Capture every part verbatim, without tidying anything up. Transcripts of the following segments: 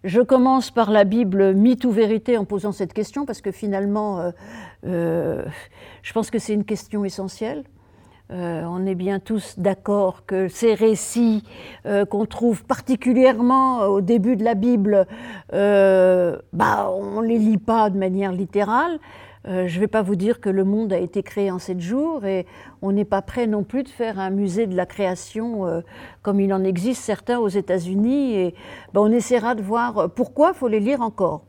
je commence par la Bible, mythe ou vérité, en posant cette question, parce que finalement, euh, euh, je pense que c'est une question essentielle. Euh, on est bien tous d'accord que ces récits euh, qu'on trouve particulièrement au début de la Bible, euh, bah, on ne les lit pas de manière littérale. Euh, je ne vais pas vous dire que le monde a été créé en sept jours et on n'est pas prêt non plus de faire un musée de la création euh, comme il en existe certains aux États-Unis. Et bah, on essaiera de voir pourquoi il faut les lire encore.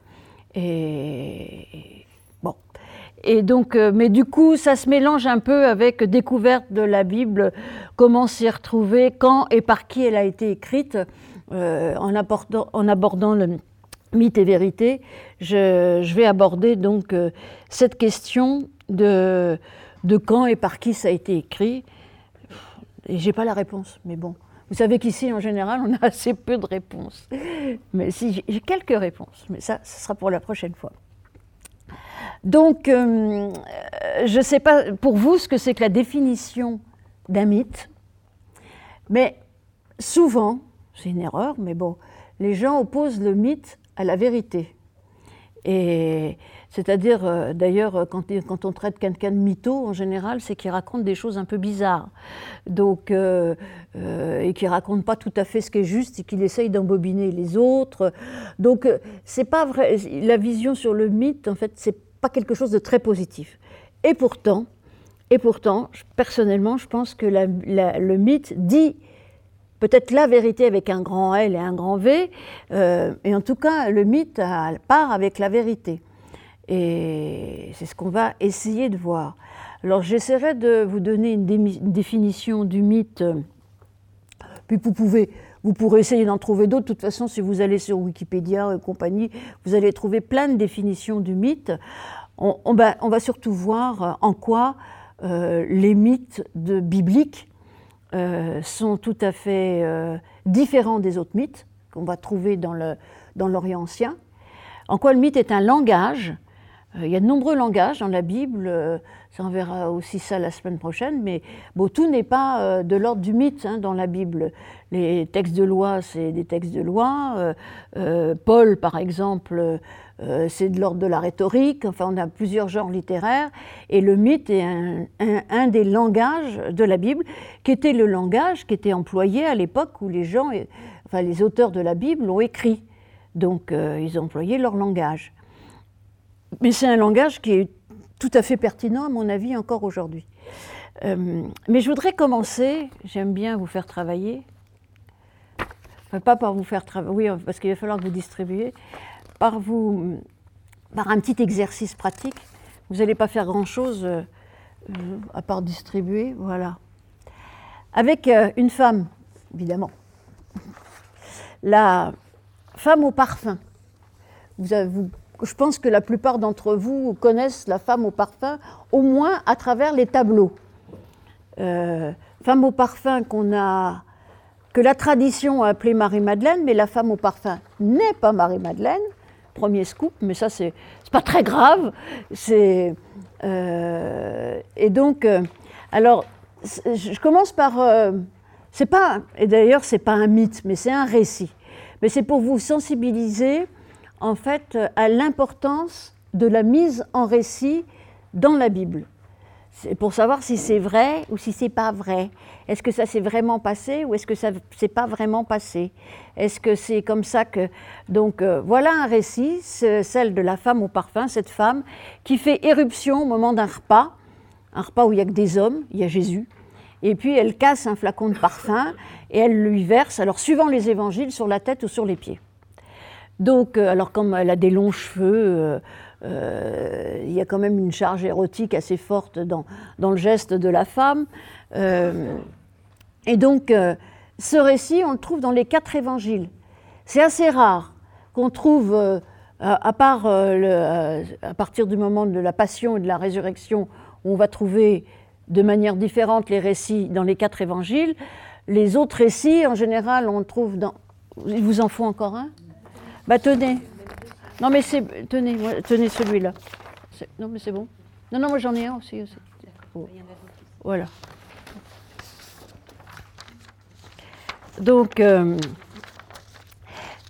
Et bon. Et donc, euh, mais du coup, ça se mélange un peu avec découverte de la Bible, comment s'y retrouver, quand et par qui elle a été écrite, euh, en, abordant, en abordant le mythe et vérité. Je, je vais aborder donc euh, cette question de, de quand et par qui ça a été écrit. Et j'ai pas la réponse, mais bon. Vous savez qu'ici, en général, on a assez peu de réponses. Mais si, j'ai quelques réponses, mais ça, ce sera pour la prochaine fois. Donc, euh, je ne sais pas pour vous ce que c'est que la définition d'un mythe, mais souvent, c'est une erreur, mais bon, les gens opposent le mythe à la vérité. Et c'est-à-dire, euh, d'ailleurs, quand, quand on traite quelqu'un de mytho, en général, c'est qu'il raconte des choses un peu bizarres. Donc, euh, euh, et qu'il ne raconte pas tout à fait ce qui est juste et qu'il essaye d'embobiner les autres. Donc, euh, c'est pas vrai. La vision sur le mythe, en fait, c'est pas quelque chose de très positif. Et pourtant, et pourtant, personnellement, je pense que la, la, le mythe dit peut-être la vérité avec un grand L et un grand V, euh, et en tout cas, le mythe a, part avec la vérité. Et c'est ce qu'on va essayer de voir. Alors, j'essaierai de vous donner une, dé- une définition du mythe, puis vous pouvez... Vous pourrez essayer d'en trouver d'autres. De toute façon, si vous allez sur Wikipédia et compagnie, vous allez trouver plein de définitions du mythe. On, on, va, on va surtout voir en quoi euh, les mythes de, bibliques euh, sont tout à fait euh, différents des autres mythes qu'on va trouver dans, le, dans l'Orient ancien. En quoi le mythe est un langage. Il y a de nombreux langages dans la Bible, ça on verra aussi ça la semaine prochaine, mais bon, tout n'est pas de l'ordre du mythe hein, dans la Bible. Les textes de loi, c'est des textes de loi. Euh, euh, Paul, par exemple, euh, c'est de l'ordre de la rhétorique. Enfin, on a plusieurs genres littéraires. Et le mythe est un, un, un des langages de la Bible, qui était le langage qui était employé à l'époque où les gens, enfin les auteurs de la Bible l'ont écrit. Donc, euh, ils employaient leur langage. Mais c'est un langage qui est tout à fait pertinent, à mon avis, encore aujourd'hui. Euh, mais je voudrais commencer, j'aime bien vous faire travailler, enfin, pas par vous faire travailler, oui, parce qu'il va falloir que vous distribuiez, par, vous, par un petit exercice pratique. Vous n'allez pas faire grand-chose euh, à part distribuer, voilà. Avec euh, une femme, évidemment. La femme au parfum. Vous avez, vous, je pense que la plupart d'entre vous connaissent la femme au parfum, au moins à travers les tableaux. Euh, femme au parfum qu'on a, que la tradition a appelée Marie-Madeleine, mais la femme au parfum n'est pas Marie-Madeleine. Premier scoop, mais ça c'est, c'est pas très grave. C'est, euh, et donc, euh, alors, je commence par, euh, c'est pas, et d'ailleurs c'est pas un mythe, mais c'est un récit. Mais c'est pour vous sensibiliser en fait à l'importance de la mise en récit dans la Bible. C'est pour savoir si c'est vrai ou si c'est pas vrai. Est-ce que ça s'est vraiment passé ou est-ce que ça s'est pas vraiment passé? Est-ce que c'est comme ça que... Donc euh, voilà un récit, c'est celle de la femme au parfum, cette femme qui fait éruption au moment d'un repas, un repas où il n'y a que des hommes, il y a Jésus, et puis elle casse un flacon de parfum et elle lui verse, alors suivant les évangiles, sur la tête ou sur les pieds. Donc, euh, alors comme elle a des longs cheveux, euh, euh, il y a quand même une charge érotique assez forte dans, dans le geste de la femme. Euh, et donc, euh, ce récit, on le trouve dans les quatre évangiles. C'est assez rare qu'on trouve, euh, à, à part euh, le, euh, à partir du moment de la passion et de la résurrection, où on va trouver de manière différente les récits dans les quatre évangiles. Les autres récits, en général, on trouve dans... Il vous en faut encore un ? Bah tenez. Non mais c'est... Tenez, moi, tenez celui-là. C'est... Non mais c'est bon. Non, non, moi j'en ai un aussi. aussi. Oh. Voilà. Donc, euh,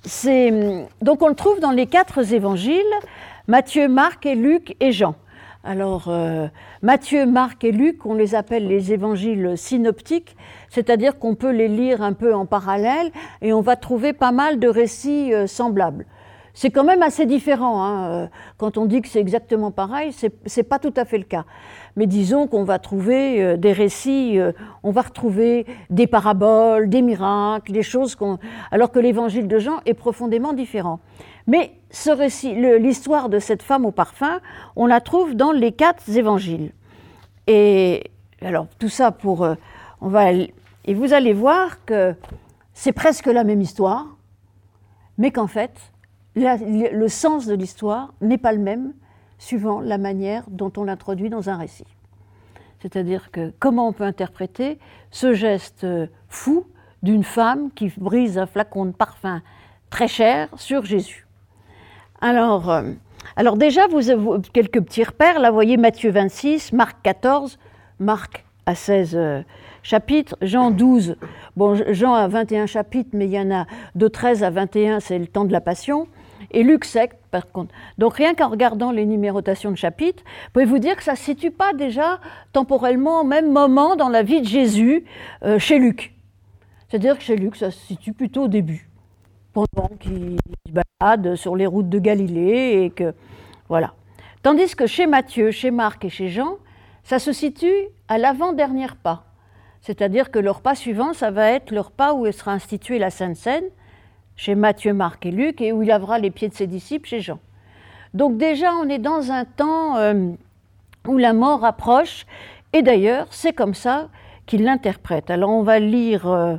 donc on le trouve dans les quatre évangiles, Matthieu, Marc et Luc et Jean. Alors, euh, Matthieu, Marc et Luc, on les appelle les évangiles synoptiques, c'est-à-dire qu'on peut les lire un peu en parallèle et on va trouver pas mal de récits euh, semblables. C'est quand même assez différent, hein. Quand on dit que c'est exactement pareil, c'est, c'est pas tout à fait le cas. Mais disons qu'on va trouver euh, des récits, euh, on va retrouver des paraboles, des miracles, des choses qu'on... alors que l'évangile de Jean est profondément différent. Mais ce récit, le, l'histoire de cette femme au parfum, on la trouve dans les quatre évangiles. Et alors tout ça pour, euh, on va, et vous allez voir que c'est presque la même histoire, mais qu'en fait, la, le sens de l'histoire n'est pas le même suivant la manière dont on l'introduit dans un récit. C'est-à-dire que comment on peut interpréter ce geste fou d'une femme qui brise un flacon de parfum très cher sur Jésus. Alors, euh, alors déjà, vous avez quelques petits repères. Là, vous voyez Matthieu vingt-six, Marc quatorze, Marc a seize euh, chapitres, Jean douze, bon, Jean a vingt et un chapitres, mais il y en a de treize à vingt et un, c'est le temps de la Passion, et Luc sept, par contre. Donc rien qu'en regardant les numérotations de chapitres, vous pouvez vous dire que ça ne se situe pas déjà temporellement au même moment dans la vie de Jésus euh, chez Luc. C'est-à-dire que chez Luc, ça se situe plutôt au début, pendant qu'il se balade sur les routes de Galilée, et que voilà. Tandis que chez Matthieu, chez Marc et chez Jean, ça se situe à l'avant-dernier pas. C'est-à-dire que le repas suivant, ça va être le repas où sera instituée la Sainte Seine, chez Matthieu, Marc et Luc, et où il lavera les pieds de ses disciples chez Jean. Donc déjà, on est dans un temps euh, où la mort approche, et d'ailleurs, c'est comme ça qu'il l'interprète. Alors on va lire euh,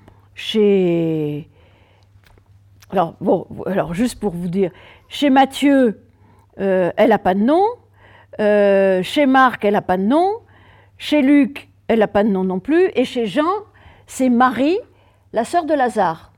chez... Alors, bon, alors, juste pour vous dire, chez Matthieu, euh, elle n'a pas de nom, euh, chez Marc, elle n'a pas de nom, chez Luc, elle n'a pas de nom non plus, et chez Jean, c'est Marie, la sœur de Lazare.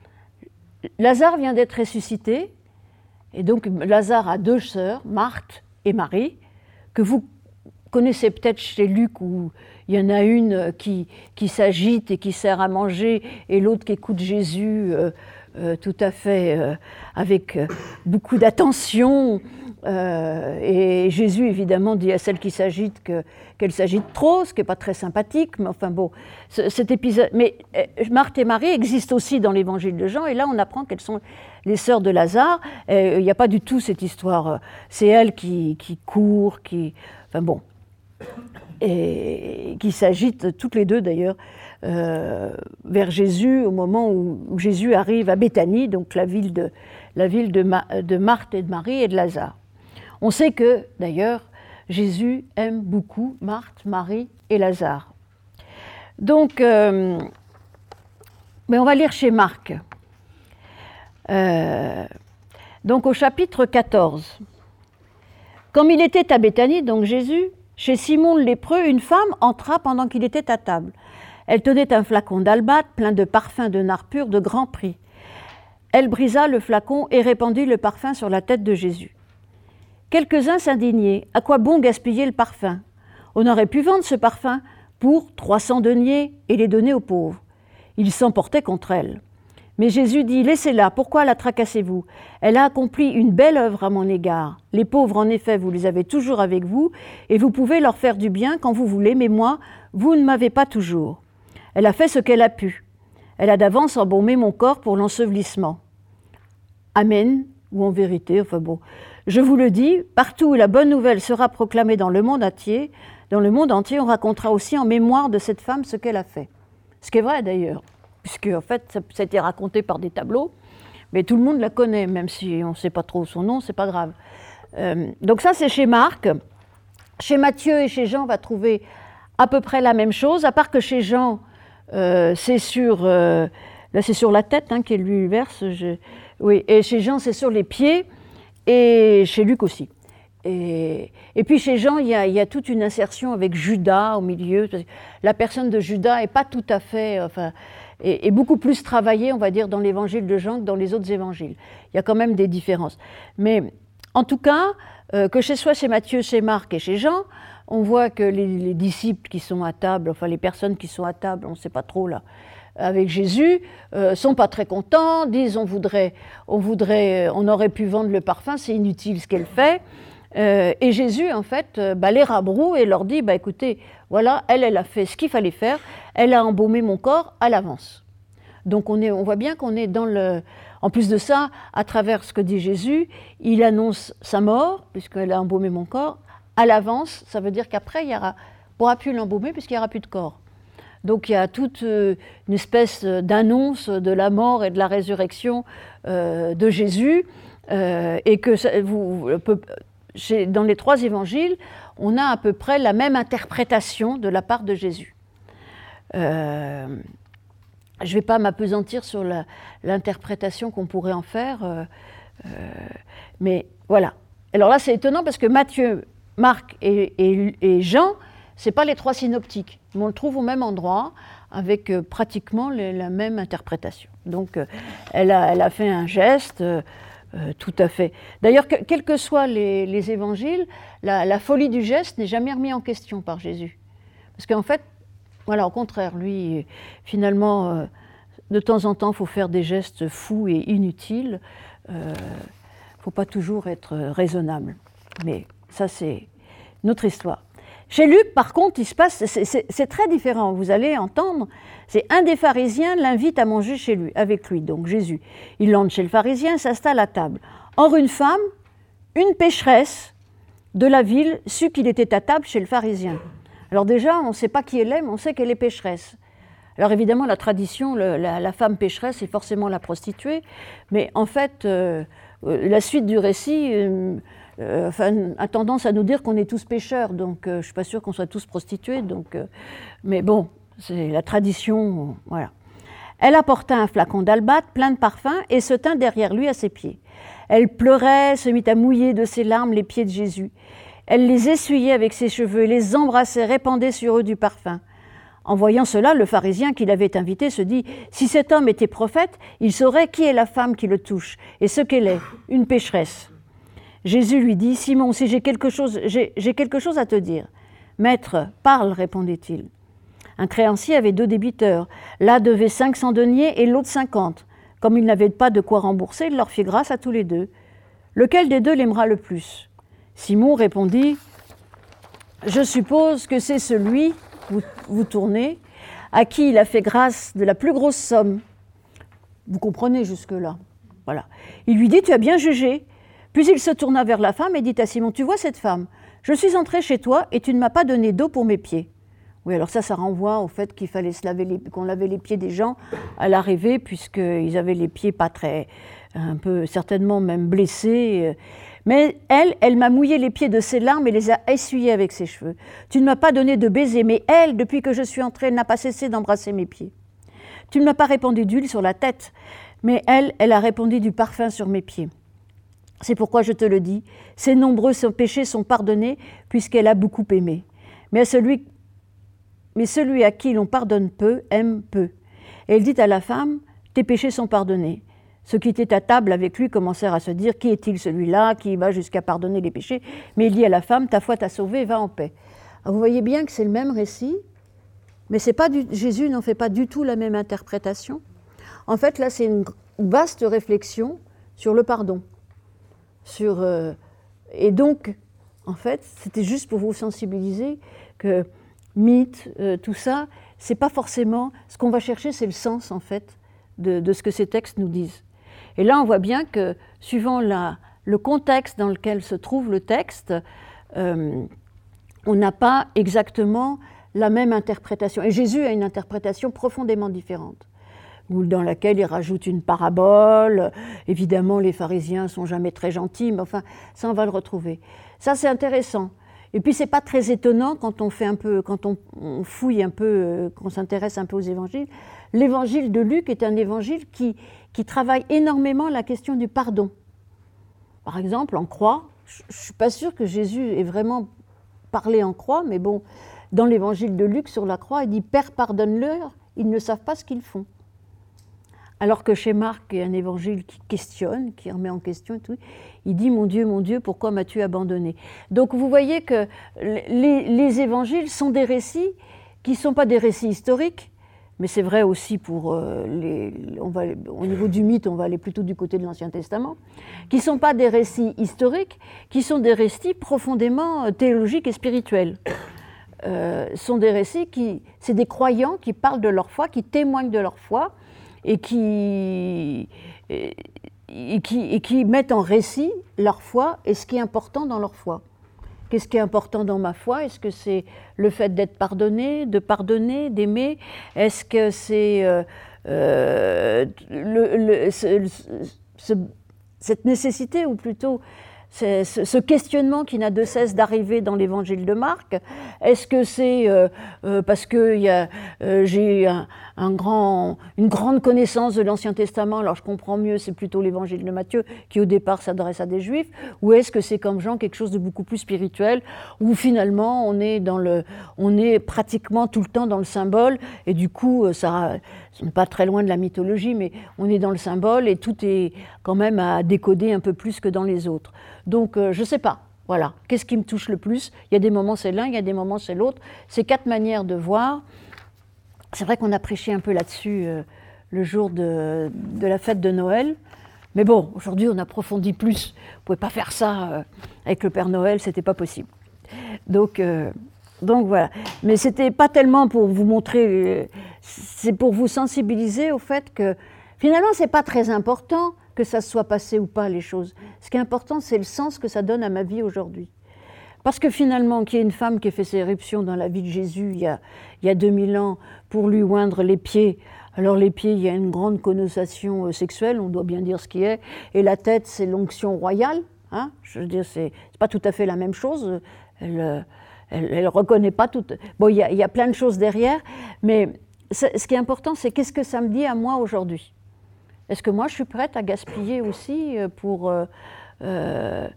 Lazare vient d'être ressuscité, et donc Lazare a deux sœurs, Marthe et Marie, que vous connaissez peut-être chez Luc, où il y en a une qui, qui s'agite et qui sert à manger, et l'autre qui écoute Jésus euh, euh, tout à fait euh, avec euh, beaucoup d'attention. Euh, et Jésus, évidemment, dit à celle qui s'agite que, qu'elle s'agite trop, ce qui n'est pas très sympathique, mais enfin bon, ce, cet épisode... Mais euh, Marthe et Marie existent aussi dans l'évangile de Jean, et là on apprend qu'elles sont les sœurs de Lazare. Il n'y a pas du tout cette histoire, c'est elles qui, qui courent, qui... Enfin bon, et qui s'agitent toutes les deux d'ailleurs euh, vers Jésus au moment où, où Jésus arrive à Béthanie, donc la ville, de, la ville de, Ma, de Marthe et de Marie et de Lazare. On sait que, d'ailleurs, Jésus aime beaucoup Marthe, Marie et Lazare. Donc, euh, mais on va lire chez Marc. Euh, donc, au chapitre quatorze. Comme il était à Béthanie, donc Jésus, chez Simon le lépreux, une femme entra pendant qu'il était à table. Elle tenait un flacon d'albâtre plein de parfums de nard pur de grand prix. Elle brisa le flacon et répandit le parfum sur la tête de Jésus. Quelques-uns s'indignaient. À quoi bon gaspiller le parfum? On aurait pu vendre ce parfum pour trois cents deniers et les donner aux pauvres. Ils s'emportaient contre elle. Mais Jésus dit, laissez-la, pourquoi la tracassez-vous? Elle a accompli une belle œuvre à mon égard. Les pauvres, en effet, vous les avez toujours avec vous, et vous pouvez leur faire du bien quand vous voulez, mais moi, vous ne m'avez pas toujours. Elle a fait ce qu'elle a pu. Elle a d'avance embaumé mon corps pour l'ensevelissement. Amen, ou en vérité, enfin bon... Je vous le dis, partout où la bonne nouvelle sera proclamée dans le monde entier, dans le monde entier, on racontera aussi en mémoire de cette femme ce qu'elle a fait. Ce qui est vrai d'ailleurs, puisque en fait, ça, ça a été raconté par des tableaux, mais tout le monde la connaît, même si on ne sait pas trop son nom, c'est pas grave. Euh, donc ça, c'est chez Marc. Chez Matthieu et chez Jean, on va trouver à peu près la même chose, à part que chez Jean, euh, c'est sur, euh, là, c'est sur la tête hein, qu'il lui verse. Je, oui, et chez Jean, c'est sur les pieds. Et chez Luc aussi. Et, et puis chez Jean, il y, a, il y a toute une insertion avec Judas au milieu. La personne de Judas n'est pas tout à fait, enfin, est, est beaucoup plus travaillée, on va dire, dans l'évangile de Jean que dans les autres évangiles. Il y a quand même des différences. Mais en tout cas, euh, que ce soit chez Matthieu, chez Marc et chez Jean, on voit que les, les disciples qui sont à table, enfin les personnes qui sont à table, on ne sait pas trop là, avec Jésus, euh, sont pas très contents, disent on voudrait, on voudrait, on aurait pu vendre le parfum, c'est inutile ce qu'elle fait. Euh, et Jésus, en fait, euh, bah, les rabroue et leur dit, bah, écoutez, voilà, elle, elle a fait ce qu'il fallait faire, elle a embaumé mon corps à l'avance. Donc on, est, on voit bien qu'on est dans le... En plus de ça, à travers ce que dit Jésus, il annonce sa mort, puisqu'elle a embaumé mon corps, à l'avance. Ça veut dire qu'après, il ne pourra plus l'embaumer, puisqu'il n'y aura plus de corps. Donc il y a toute euh, une espèce d'annonce de la mort et de la résurrection euh, de Jésus, euh, et que ça, vous, peu, chez, dans les trois évangiles, on a à peu près la même interprétation de la part de Jésus. Euh, Je ne vais pas m'appesantir sur la, l'interprétation qu'on pourrait en faire, euh, euh, mais voilà. Alors là, c'est étonnant parce que Matthieu, Marc et, et, et Jean, ce n'est pas les trois synoptiques. Mais on le trouve au même endroit, avec euh, pratiquement les, la même interprétation. Donc, euh, elle, a, elle a fait un geste euh, euh, tout à fait... D'ailleurs, que, quels que soient les, les évangiles, la, la folie du geste n'est jamais remise en question par Jésus. Parce qu'en fait, voilà, au contraire, lui, finalement, euh, de temps en temps, il faut faire des gestes fous et inutiles. Il euh, ne faut pas toujours être raisonnable. Mais ça, c'est notre histoire. Chez Luc, par contre, il se passe, c'est, c'est, c'est très différent. Vous allez entendre, c'est un des pharisiens l'invite à manger chez lui, avec lui, donc Jésus. Il entre chez le pharisien, s'installe à table. Or, une femme, une pécheresse de la ville, sut qu'il était à table chez le pharisien. Alors déjà, on ne sait pas qui elle est, mais on sait qu'elle est pécheresse. Alors évidemment, la tradition, le, la, la femme pécheresse est forcément la prostituée, mais en fait, euh, la suite du récit euh, euh, enfin, a tendance à nous dire qu'on est tous pécheurs, donc euh, je ne suis pas sûre qu'on soit tous prostitués, donc, euh, mais bon, c'est la tradition, voilà. Elle apporta un flacon d'albâtre plein de parfums et se tint derrière lui à ses pieds. Elle pleurait, se mit à mouiller de ses larmes les pieds de Jésus. Elle les essuyait avec ses cheveux et les embrassait, répandait sur eux du parfum. En voyant cela, le pharisien qui l'avait invité se dit « Si cet homme était prophète, il saurait qui est la femme qui le touche et ce qu'elle est, une pécheresse. » Jésus lui dit « Simon, si j'ai quelque chose, j'ai, j'ai quelque chose à te dire. »« Maître, parle, répondit-il. » Un créancier avait deux débiteurs. L'un devait cinq cents deniers et l'autre cinquante. Comme il n'avait pas de quoi rembourser, il leur fit grâce à tous les deux. Lequel des deux l'aimera le plus ? Simon répondit « Je suppose que c'est celui, vous, vous tournez, à qui il a fait grâce de la plus grosse somme. » Vous comprenez jusque-là. Voilà. Il lui dit « Tu as bien jugé. » Puis il se tourna vers la femme et dit à Simon « Tu vois cette femme ? Je suis entré chez toi et tu ne m'as pas donné d'eau pour mes pieds. » Oui, alors ça, ça renvoie au fait qu'il fallait se laver les, qu'on lavait les pieds des gens à l'arrivée, puisqu'ils avaient les pieds pas très, un peu, certainement même blessés. Mais elle, elle m'a mouillé les pieds de ses larmes et les a essuyés avec ses cheveux. Tu ne m'as pas donné de baiser, mais elle, depuis que je suis entrée, elle n'a pas cessé d'embrasser mes pieds. Tu ne m'as pas répandu d'huile sur la tête, mais elle, elle a répandu du parfum sur mes pieds. C'est pourquoi je te le dis, ses nombreux péchés sont pardonnés, puisqu'elle a beaucoup aimé. Mais à celui Mais celui à qui l'on pardonne peu, aime peu. Et il dit à la femme, tes péchés sont pardonnés. Ceux qui étaient à table avec lui commencèrent à se dire, qui est-il celui-là qui va jusqu'à pardonner les péchés ? Mais il dit à la femme, ta foi t'a sauvée, va en paix. Alors vous voyez bien que c'est le même récit, mais c'est pas du, Jésus n'en fait pas du tout la même interprétation. En fait, là, c'est une vaste réflexion sur le pardon. Sur, euh, et donc, en fait, c'était juste pour vous sensibiliser que mythe, euh, tout ça, c'est pas forcément... Ce qu'on va chercher, c'est le sens, en fait, de, de ce que ces textes nous disent. Et là, on voit bien que, suivant la, le contexte dans lequel se trouve le texte, euh, on n'a pas exactement la même interprétation. Et Jésus a une interprétation profondément différente, dans laquelle il rajoute une parabole. Évidemment, les pharisiens ne sont jamais très gentils, mais enfin, ça, on va le retrouver. Ça, c'est intéressant. Et puis, ce n'est pas très étonnant quand on fait un peu, quand on, on fouille un peu, euh, qu'on s'intéresse un peu aux évangiles. L'évangile de Luc est un évangile qui, qui travaille énormément la question du pardon. Par exemple, en croix, je ne suis pas sûre que Jésus ait vraiment parlé en croix, mais bon, dans l'évangile de Luc, sur la croix, il dit « Père, pardonne-leur, ils ne savent pas ce qu'ils font ». Alors que chez Marc, il y a un évangile qui questionne, qui remet en question et tout, il dit « Mon Dieu, mon Dieu, pourquoi m'as-tu abandonné ?» Donc vous voyez que les, les évangiles sont des récits qui ne sont pas des récits historiques, mais c'est vrai aussi pour euh, les... On va, au niveau du mythe, on va aller plutôt du côté de l'Ancien Testament, qui ne sont pas des récits historiques, qui sont des récits profondément théologiques et spirituels. Euh, sont des récits qui... C'est des croyants qui parlent de leur foi, qui témoignent de leur foi, et qui... Et, et qui, et qui mettent en récit leur foi et ce qui est important dans leur foi. Qu'est-ce qui est important dans ma foi? Est-ce que c'est le fait d'être pardonné, de pardonner, d'aimer? Est-ce que c'est euh, euh, le, le, ce, ce, cette nécessité, ou plutôt ce, ce questionnement qui n'a de cesse d'arriver dans l'évangile de Marc? Est-ce que c'est euh, euh, parce que y a, euh, j'ai un, un grand, une grande connaissance de l'Ancien Testament, alors je comprends mieux, c'est plutôt l'évangile de Matthieu qui au départ s'adresse à des Juifs, ou est-ce que c'est comme Jean quelque chose de beaucoup plus spirituel, où finalement on est, dans le, on est pratiquement tout le temps dans le symbole, et du coup, ça n'est pas très loin de la mythologie, mais on est dans le symbole et tout est quand même à décoder un peu plus que dans les autres. Donc euh, je ne sais pas. Voilà, qu'est-ce qui me touche le plus? Il y a des moments c'est l'un, il y a des moments c'est l'autre. C'est quatre manières de voir. C'est vrai qu'on a prêché un peu là-dessus euh, le jour de, de la fête de Noël. Mais bon, aujourd'hui on approfondit plus. On ne pouvait pas faire ça euh, avec le Père Noël, c'était pas possible. Donc, euh, donc voilà. Mais c'était pas tellement pour vous montrer, euh, c'est pour vous sensibiliser au fait que finalement c'est pas très important que ça soit passé ou pas les choses. Ce qui est important, c'est le sens que ça donne à ma vie aujourd'hui. Parce que finalement, qu'il y ait une femme qui ait fait ses éruptions dans la vie de Jésus il y a, il y a deux mille ans pour lui oindre les pieds, alors les pieds, il y a une grande connotation sexuelle, on doit bien dire ce qui est, et la tête, c'est l'onction royale, hein, je veux dire, c'est, c'est pas tout à fait la même chose, elle ne reconnaît pas tout... Bon, il y, a, il y a plein de choses derrière, mais ce qui est important, c'est qu'est-ce que ça me dit à moi aujourd'hui? Est-ce que moi, je suis prête à gaspiller aussi pour, euh, euh,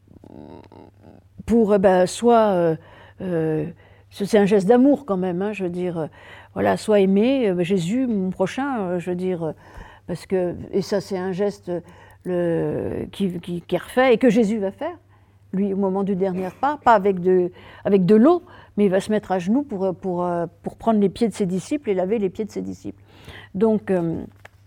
pour ben, soit, euh, euh, c'est un geste d'amour quand même, hein, je veux dire, euh, voilà, soit aimer euh, Jésus, mon prochain, euh, je veux dire, euh, parce que, et ça c'est un geste le, qui, qui, qui est refait et que Jésus va faire, lui, au moment du dernier pas, pas avec de, avec de l'eau, mais il va se mettre à genoux pour, pour, pour prendre les pieds de ses disciples et laver les pieds de ses disciples. Donc, euh,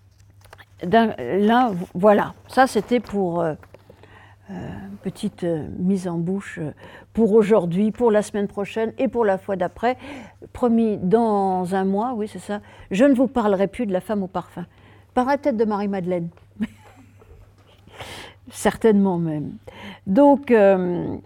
là, voilà, ça c'était pour euh, euh, petite euh, mise en bouche euh, pour aujourd'hui, pour la semaine prochaine et pour la fois d'après. Promis, dans un mois, oui c'est ça, je ne vous parlerai plus de la femme au parfum. Je parlerai peut-être de Marie-Madeleine. Certainement même. Donc, euh,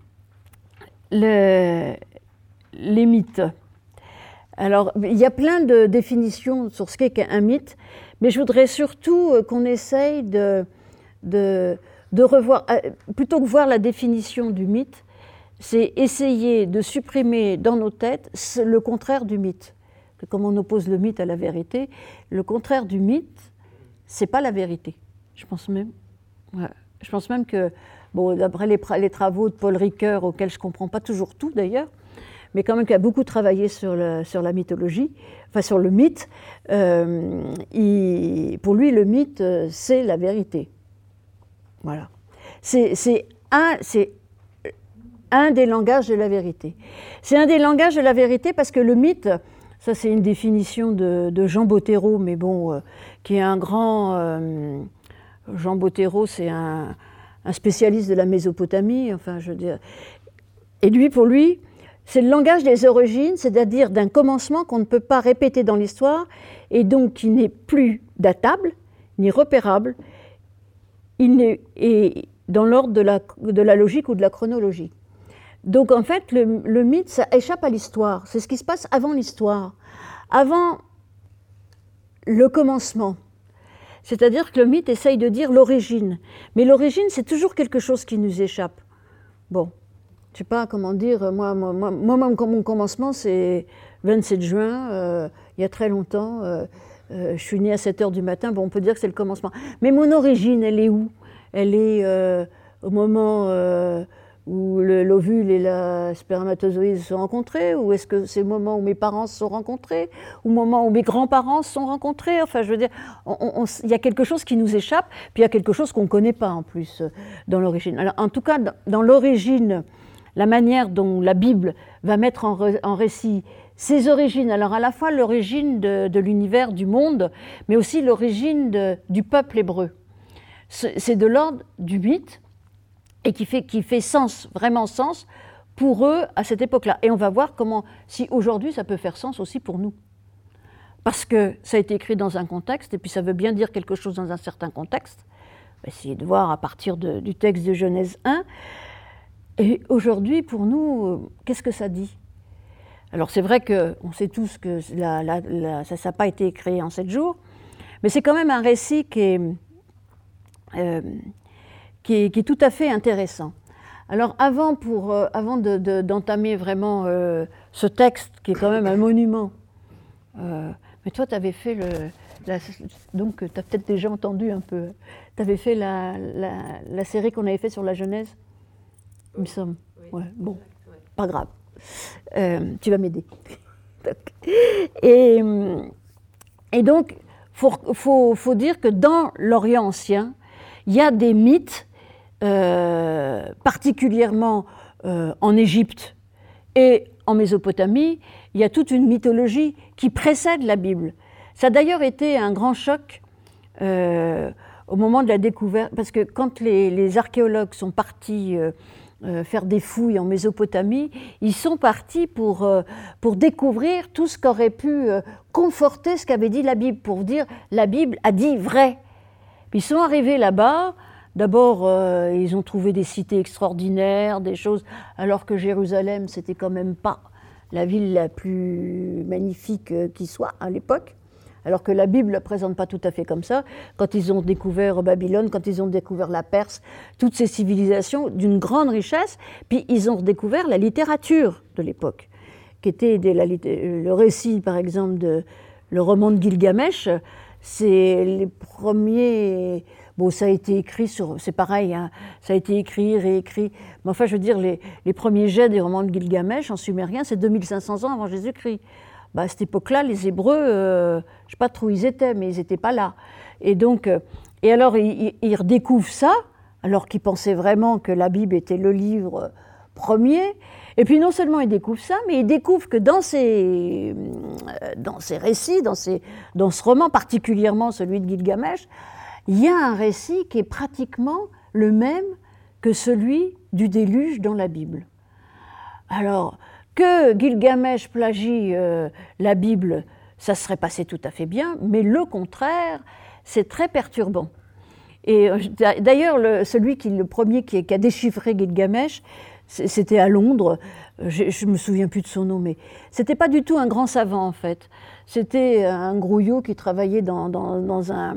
le, les mythes. Alors, il y a plein de définitions sur ce qu'est un mythe, mais je voudrais surtout qu'on essaye de, de, de revoir, plutôt que voir la définition du mythe, c'est essayer de supprimer dans nos têtes le contraire du mythe. Comme on oppose le mythe à la vérité, le contraire du mythe, c'est pas la vérité. Je pense même. Ouais. Je pense même que, bon, d'après les, les travaux de Paul Ricoeur, auxquels je ne comprends pas toujours tout d'ailleurs, mais quand même qui a beaucoup travaillé sur, le, sur la mythologie, enfin sur le mythe, euh, il, pour lui le mythe c'est la vérité. Voilà. C'est, c'est, un, c'est un des langages de la vérité. C'est un des langages de la vérité parce que le mythe, ça c'est une définition de, de Jean Bottero, mais bon, euh, qui est un grand... Euh, Jean Bottero, c'est un, un spécialiste de la Mésopotamie, enfin, je veux dire. Et lui, pour lui, c'est le langage des origines, c'est-à-dire d'un commencement qu'on ne peut pas répéter dans l'histoire, et donc qui n'est plus datable, ni repérable, il n'est, et dans l'ordre de la, de la logique ou de la chronologie. Donc, en fait, le, le mythe, ça échappe à l'histoire. C'est ce qui se passe avant l'histoire, avant le commencement. C'est-à-dire que le mythe essaye de dire l'origine. Mais l'origine, c'est toujours quelque chose qui nous échappe. Bon, je ne sais pas comment dire, moi, moi, moi, moi mon commencement, c'est vingt-sept juin, euh, il y a très longtemps, euh, euh, je suis née à sept heures du matin, bon, on peut dire que c'est le commencement. Mais mon origine, elle est où? Elle est euh, au moment euh, où le, l'ovule et la spermatozoïde se sont rencontrés, ou est-ce que c'est le moment où mes parents se sont rencontrés, ou le moment où mes grands-parents se sont rencontrés? Enfin, je veux dire, il y a quelque chose qui nous échappe, puis il y a quelque chose qu'on ne connaît pas en plus euh, dans l'origine. Alors, en tout cas, dans, dans l'origine, la manière dont la Bible va mettre en, ré, en récit ses origines, alors à la fois l'origine de, de l'univers, du monde, mais aussi l'origine de, du peuple hébreu. C'est de l'ordre du mythe et qui fait, qui fait sens, vraiment sens, pour eux à cette époque-là. Et on va voir comment, si aujourd'hui ça peut faire sens aussi pour nous. Parce que ça a été écrit dans un contexte, et puis ça veut bien dire quelque chose dans un certain contexte. On va essayer de voir à partir de, du texte de Genèse un. Et aujourd'hui, pour nous, qu'est-ce que ça dit? Alors c'est vrai qu'on sait tous que la, la, la, ça n'a pas été créé en sept jours, mais c'est quand même un récit qui est, euh, qui est, qui est tout à fait intéressant. Alors avant, pour, euh, avant de, de, d'entamer vraiment euh, ce texte, qui est quand même un monument, euh, mais toi tu avais fait le... La, donc tu as peut-être déjà entendu un peu, tu avais fait la, la, la série qu'on avait fait sur la Genèse, il me semble. Ouais, bon, pas grave. Euh, tu vas m'aider. Et, et donc, il faut, faut, faut dire que dans l'Orient ancien, il y a des mythes, euh, particulièrement euh, en Égypte et en Mésopotamie, il y a toute une mythologie qui précède la Bible. Ça a d'ailleurs été un grand choc euh, au moment de la découverte, parce que quand les, les archéologues sont partis euh, euh, faire des fouilles en Mésopotamie, ils sont partis pour, euh, pour découvrir tout ce qu'aurait pu euh, conforter ce qu'avait dit la Bible, pour dire la Bible a dit vrai. Puis ils sont arrivés là-bas, d'abord euh, ils ont trouvé des cités extraordinaires, des choses, alors que Jérusalem c'était quand même pas la ville la plus magnifique euh, qui soit à l'époque. Alors que la Bible ne la présente pas tout à fait comme ça. Quand ils ont découvert Babylone, quand ils ont découvert la Perse, toutes ces civilisations d'une grande richesse, puis ils ont découvert la littérature de l'époque, qui était des, la, le récit, par exemple, de le roman de Gilgamesh, c'est les premiers... Bon, ça a été écrit sur... C'est pareil, hein, ça a été écrit, réécrit. Mais enfin, je veux dire, les, les premiers jets des romans de Gilgamesh en sumérien, c'est deux mille cinq cents ans avant Jésus-Christ. Bah, à cette époque-là, les Hébreux, euh, je ne sais pas trop où ils étaient, mais ils n'étaient pas là. Et donc, euh, et alors, ils, ils redécouvrent ça, alors qu'ils pensaient vraiment que la Bible était le livre premier. Et puis, non seulement ils découvrent ça, mais ils découvrent que dans ces, euh, dans ces récits, dans, ces, dans ce roman, particulièrement celui de Gilgamesh, il y a un récit qui est pratiquement le même que celui du déluge dans la Bible. Alors, que Gilgamesh plagie euh, la Bible, ça serait passé tout à fait bien, mais le contraire, c'est très perturbant. Et euh, d'ailleurs, le, celui qui, le premier qui, qui a déchiffré Gilgamesh, c'était à Londres, je ne me souviens plus de son nom, mais c'était pas du tout un grand savant en fait. C'était un grouillot qui travaillait dans, dans, dans un...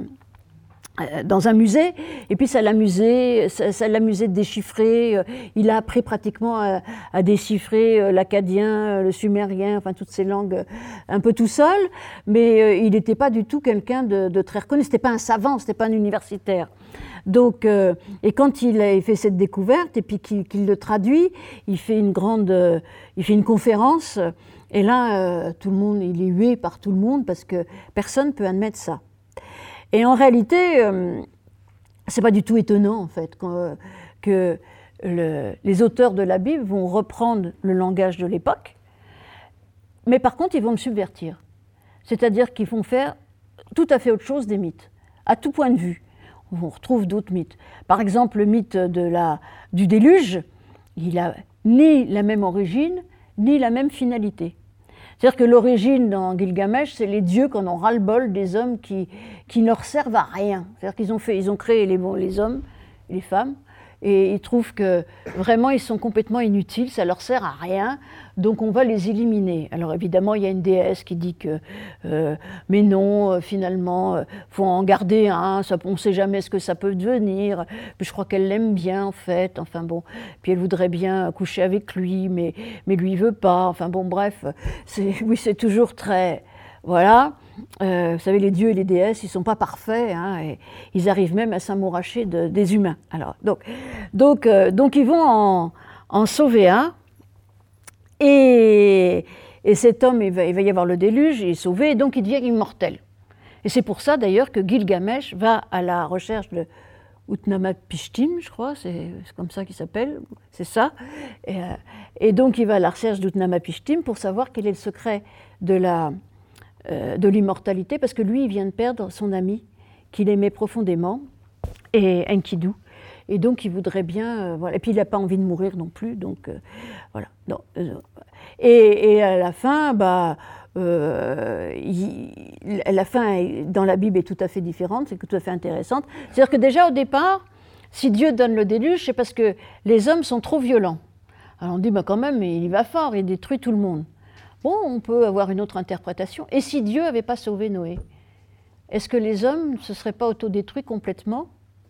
dans un musée, et puis ça l'amusait, ça, ça l'amusait de déchiffrer. Il a appris pratiquement à, à déchiffrer l'akkadien, le sumérien, enfin toutes ces langues un peu tout seul, mais il n'était pas du tout quelqu'un de, de très reconnu, c'était pas un savant, c'était pas un universitaire. Donc, euh, et quand il a fait cette découverte, et puis qu'il, qu'il le traduit, il fait une grande, euh, il fait une conférence, et là, euh, tout le monde, il est hué par tout le monde, parce que personne ne peut admettre ça. Et en réalité, euh, c'est pas du tout étonnant en fait que, que le, les auteurs de la Bible vont reprendre le langage de l'époque, mais par contre ils vont le subvertir. C'est-à-dire qu'ils vont faire tout à fait autre chose des mythes, à tout point de vue. On retrouve d'autres mythes. Par exemple, le mythe de la, du déluge, il n'a ni la même origine, ni la même finalité. C'est-à-dire que l'origine dans Gilgamesh, c'est les dieux qui en ont ras-le-bol des hommes qui, qui ne leur servent à rien. C'est-à-dire qu'ils ont, fait, ils ont créé les, les hommes et les femmes, et ils trouvent que vraiment ils sont complètement inutiles, ça ne leur sert à rien, donc on va les éliminer. Alors évidemment, il y a une déesse qui dit que euh, mais non, euh, finalement, il euh, faut en garder un, ça, on ne sait jamais ce que ça peut devenir, puis je crois qu'elle l'aime bien en fait, enfin bon, puis elle voudrait bien coucher avec lui, mais, mais lui il ne veut pas, enfin bon bref, c'est, oui c'est toujours très... Voilà, euh, vous savez, les dieux et les déesses, ils ne sont pas parfaits, hein, et ils arrivent même à s'amouracher de, des humains. Alors, donc, donc, euh, donc ils vont en, en sauver un, et, et cet homme, il va, il va y avoir le déluge, il est sauvé, et donc il devient immortel. Et c'est pour ça d'ailleurs que Gilgamesh va à la recherche de Utnapishtim, je crois, c'est comme ça qu'il s'appelle, c'est ça. Et, euh, et donc il va à la recherche d'Utnapishtim pour savoir quel est le secret de la, euh, de l'immortalité, parce que lui, il vient de perdre son ami qu'il aimait profondément, et Enkidu. Et donc il voudrait bien, euh, voilà. Et puis il n'a pas envie de mourir non plus, donc euh, voilà. Non, euh, et, et à la fin, bah, euh, il, la fin dans la Bible est tout à fait différente, c'est tout à fait intéressante. C'est-à-dire que déjà au départ, si Dieu donne le déluge, c'est parce que les hommes sont trop violents. Alors on dit, bah, quand même, il va fort, il détruit tout le monde. Bon, on peut avoir une autre interprétation. Et si Dieu n'avait pas sauvé Noé, est-ce que les hommes ne se seraient pas autodétruits complètement ?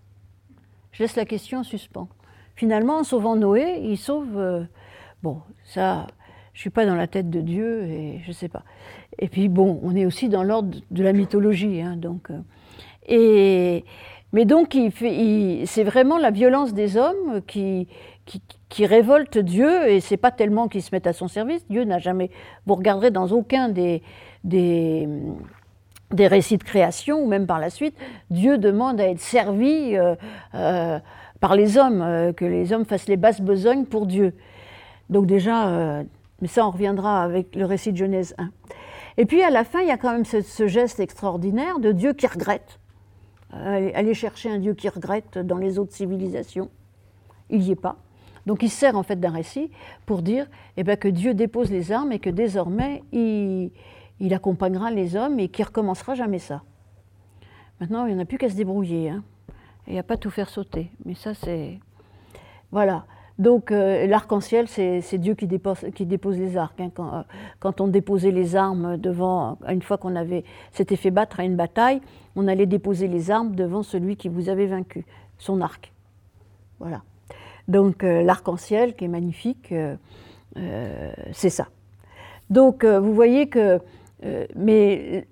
Je laisse la question en suspens. Finalement, en sauvant Noé, il sauve... Euh, bon, ça, je ne suis pas dans la tête de Dieu, et je ne sais pas. Et puis, bon, on est aussi dans l'ordre de la mythologie. Hein, donc, euh, et, mais donc, il fait, il, c'est vraiment la violence des hommes qui, qui, qui révolte Dieu, et ce n'est pas tellement qu'ils se mettent à son service. Dieu n'a jamais... Vous regarderez dans aucun des... des des récits de création, ou même par la suite, Dieu demande à être servi euh, euh, par les hommes, euh, que les hommes fassent les basses besognes pour Dieu. Donc déjà, euh, mais ça on reviendra avec le récit de Genèse un. Et puis à la fin, il y a quand même ce, ce geste extraordinaire de Dieu qui regrette. Euh, aller chercher un Dieu qui regrette dans les autres civilisations, il n'y est pas. Donc il sert en fait d'un récit pour dire eh ben, que Dieu dépose les armes et que désormais il... il accompagnera les hommes et qu'il ne recommencera jamais ça. Maintenant, il n'y en a plus qu'à se débrouiller, hein, et à ne pas tout faire sauter. Mais ça, c'est... Voilà. Donc, euh, l'arc-en-ciel, c'est, c'est Dieu qui dépose, qui dépose les arcs. Hein. Quand, euh, quand on déposait les armes devant... Une fois qu'on avait s'était fait battre à une bataille, on allait déposer les armes devant celui qui vous avait vaincu, son arc. Voilà. Donc, euh, l'arc-en-ciel, qui est magnifique, euh, euh, c'est ça. Donc, euh, vous voyez que... Euh, mais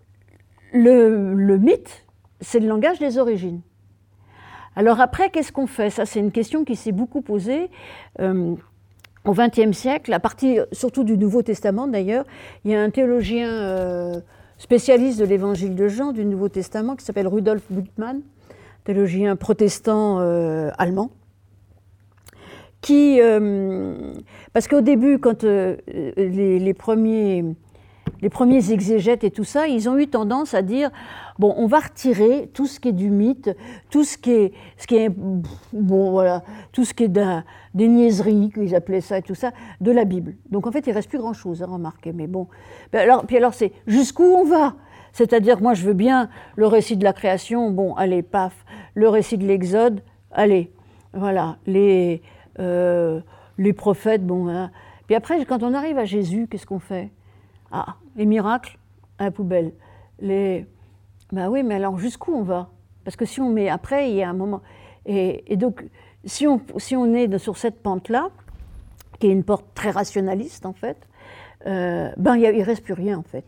le, le mythe, c'est le langage des origines. Alors après, qu'est-ce qu'on fait ? Ça, c'est une question qui s'est beaucoup posée euh, au vingtième siècle, à partir surtout du Nouveau Testament d'ailleurs. Il y a un théologien euh, spécialiste de l'évangile de Jean, du Nouveau Testament, qui s'appelle Rudolf Bultmann, théologien protestant euh, allemand, qui, euh, parce qu'au début, quand euh, les, les premiers... Les premiers exégètes et tout ça, ils ont eu tendance à dire bon, on va retirer tout ce qui est du mythe, tout ce qui est, ce qui est bon, voilà, tout ce qui est d'un, des niaiseries, qu'ils appelaient ça et tout ça, de la Bible. Donc en fait, il ne reste plus grand-chose, hein, remarquez. Mais bon, ben alors, puis alors c'est jusqu'où on va ? C'est-à-dire, moi, je veux bien le récit de la création. Bon, allez, paf, le récit de l'Exode. Allez, voilà, les euh, les prophètes. Bon, hein. Puis après, quand on arrive à Jésus, qu'est-ce qu'on fait ? Ah, les miracles, à la poubelle. Les... Ben oui, mais alors jusqu'où on va ? Parce que si on met après, il y a un moment... Et, et donc, si on, si on est sur cette pente-là, qui est une porte très rationaliste en fait, euh, ben il ne reste plus rien en fait.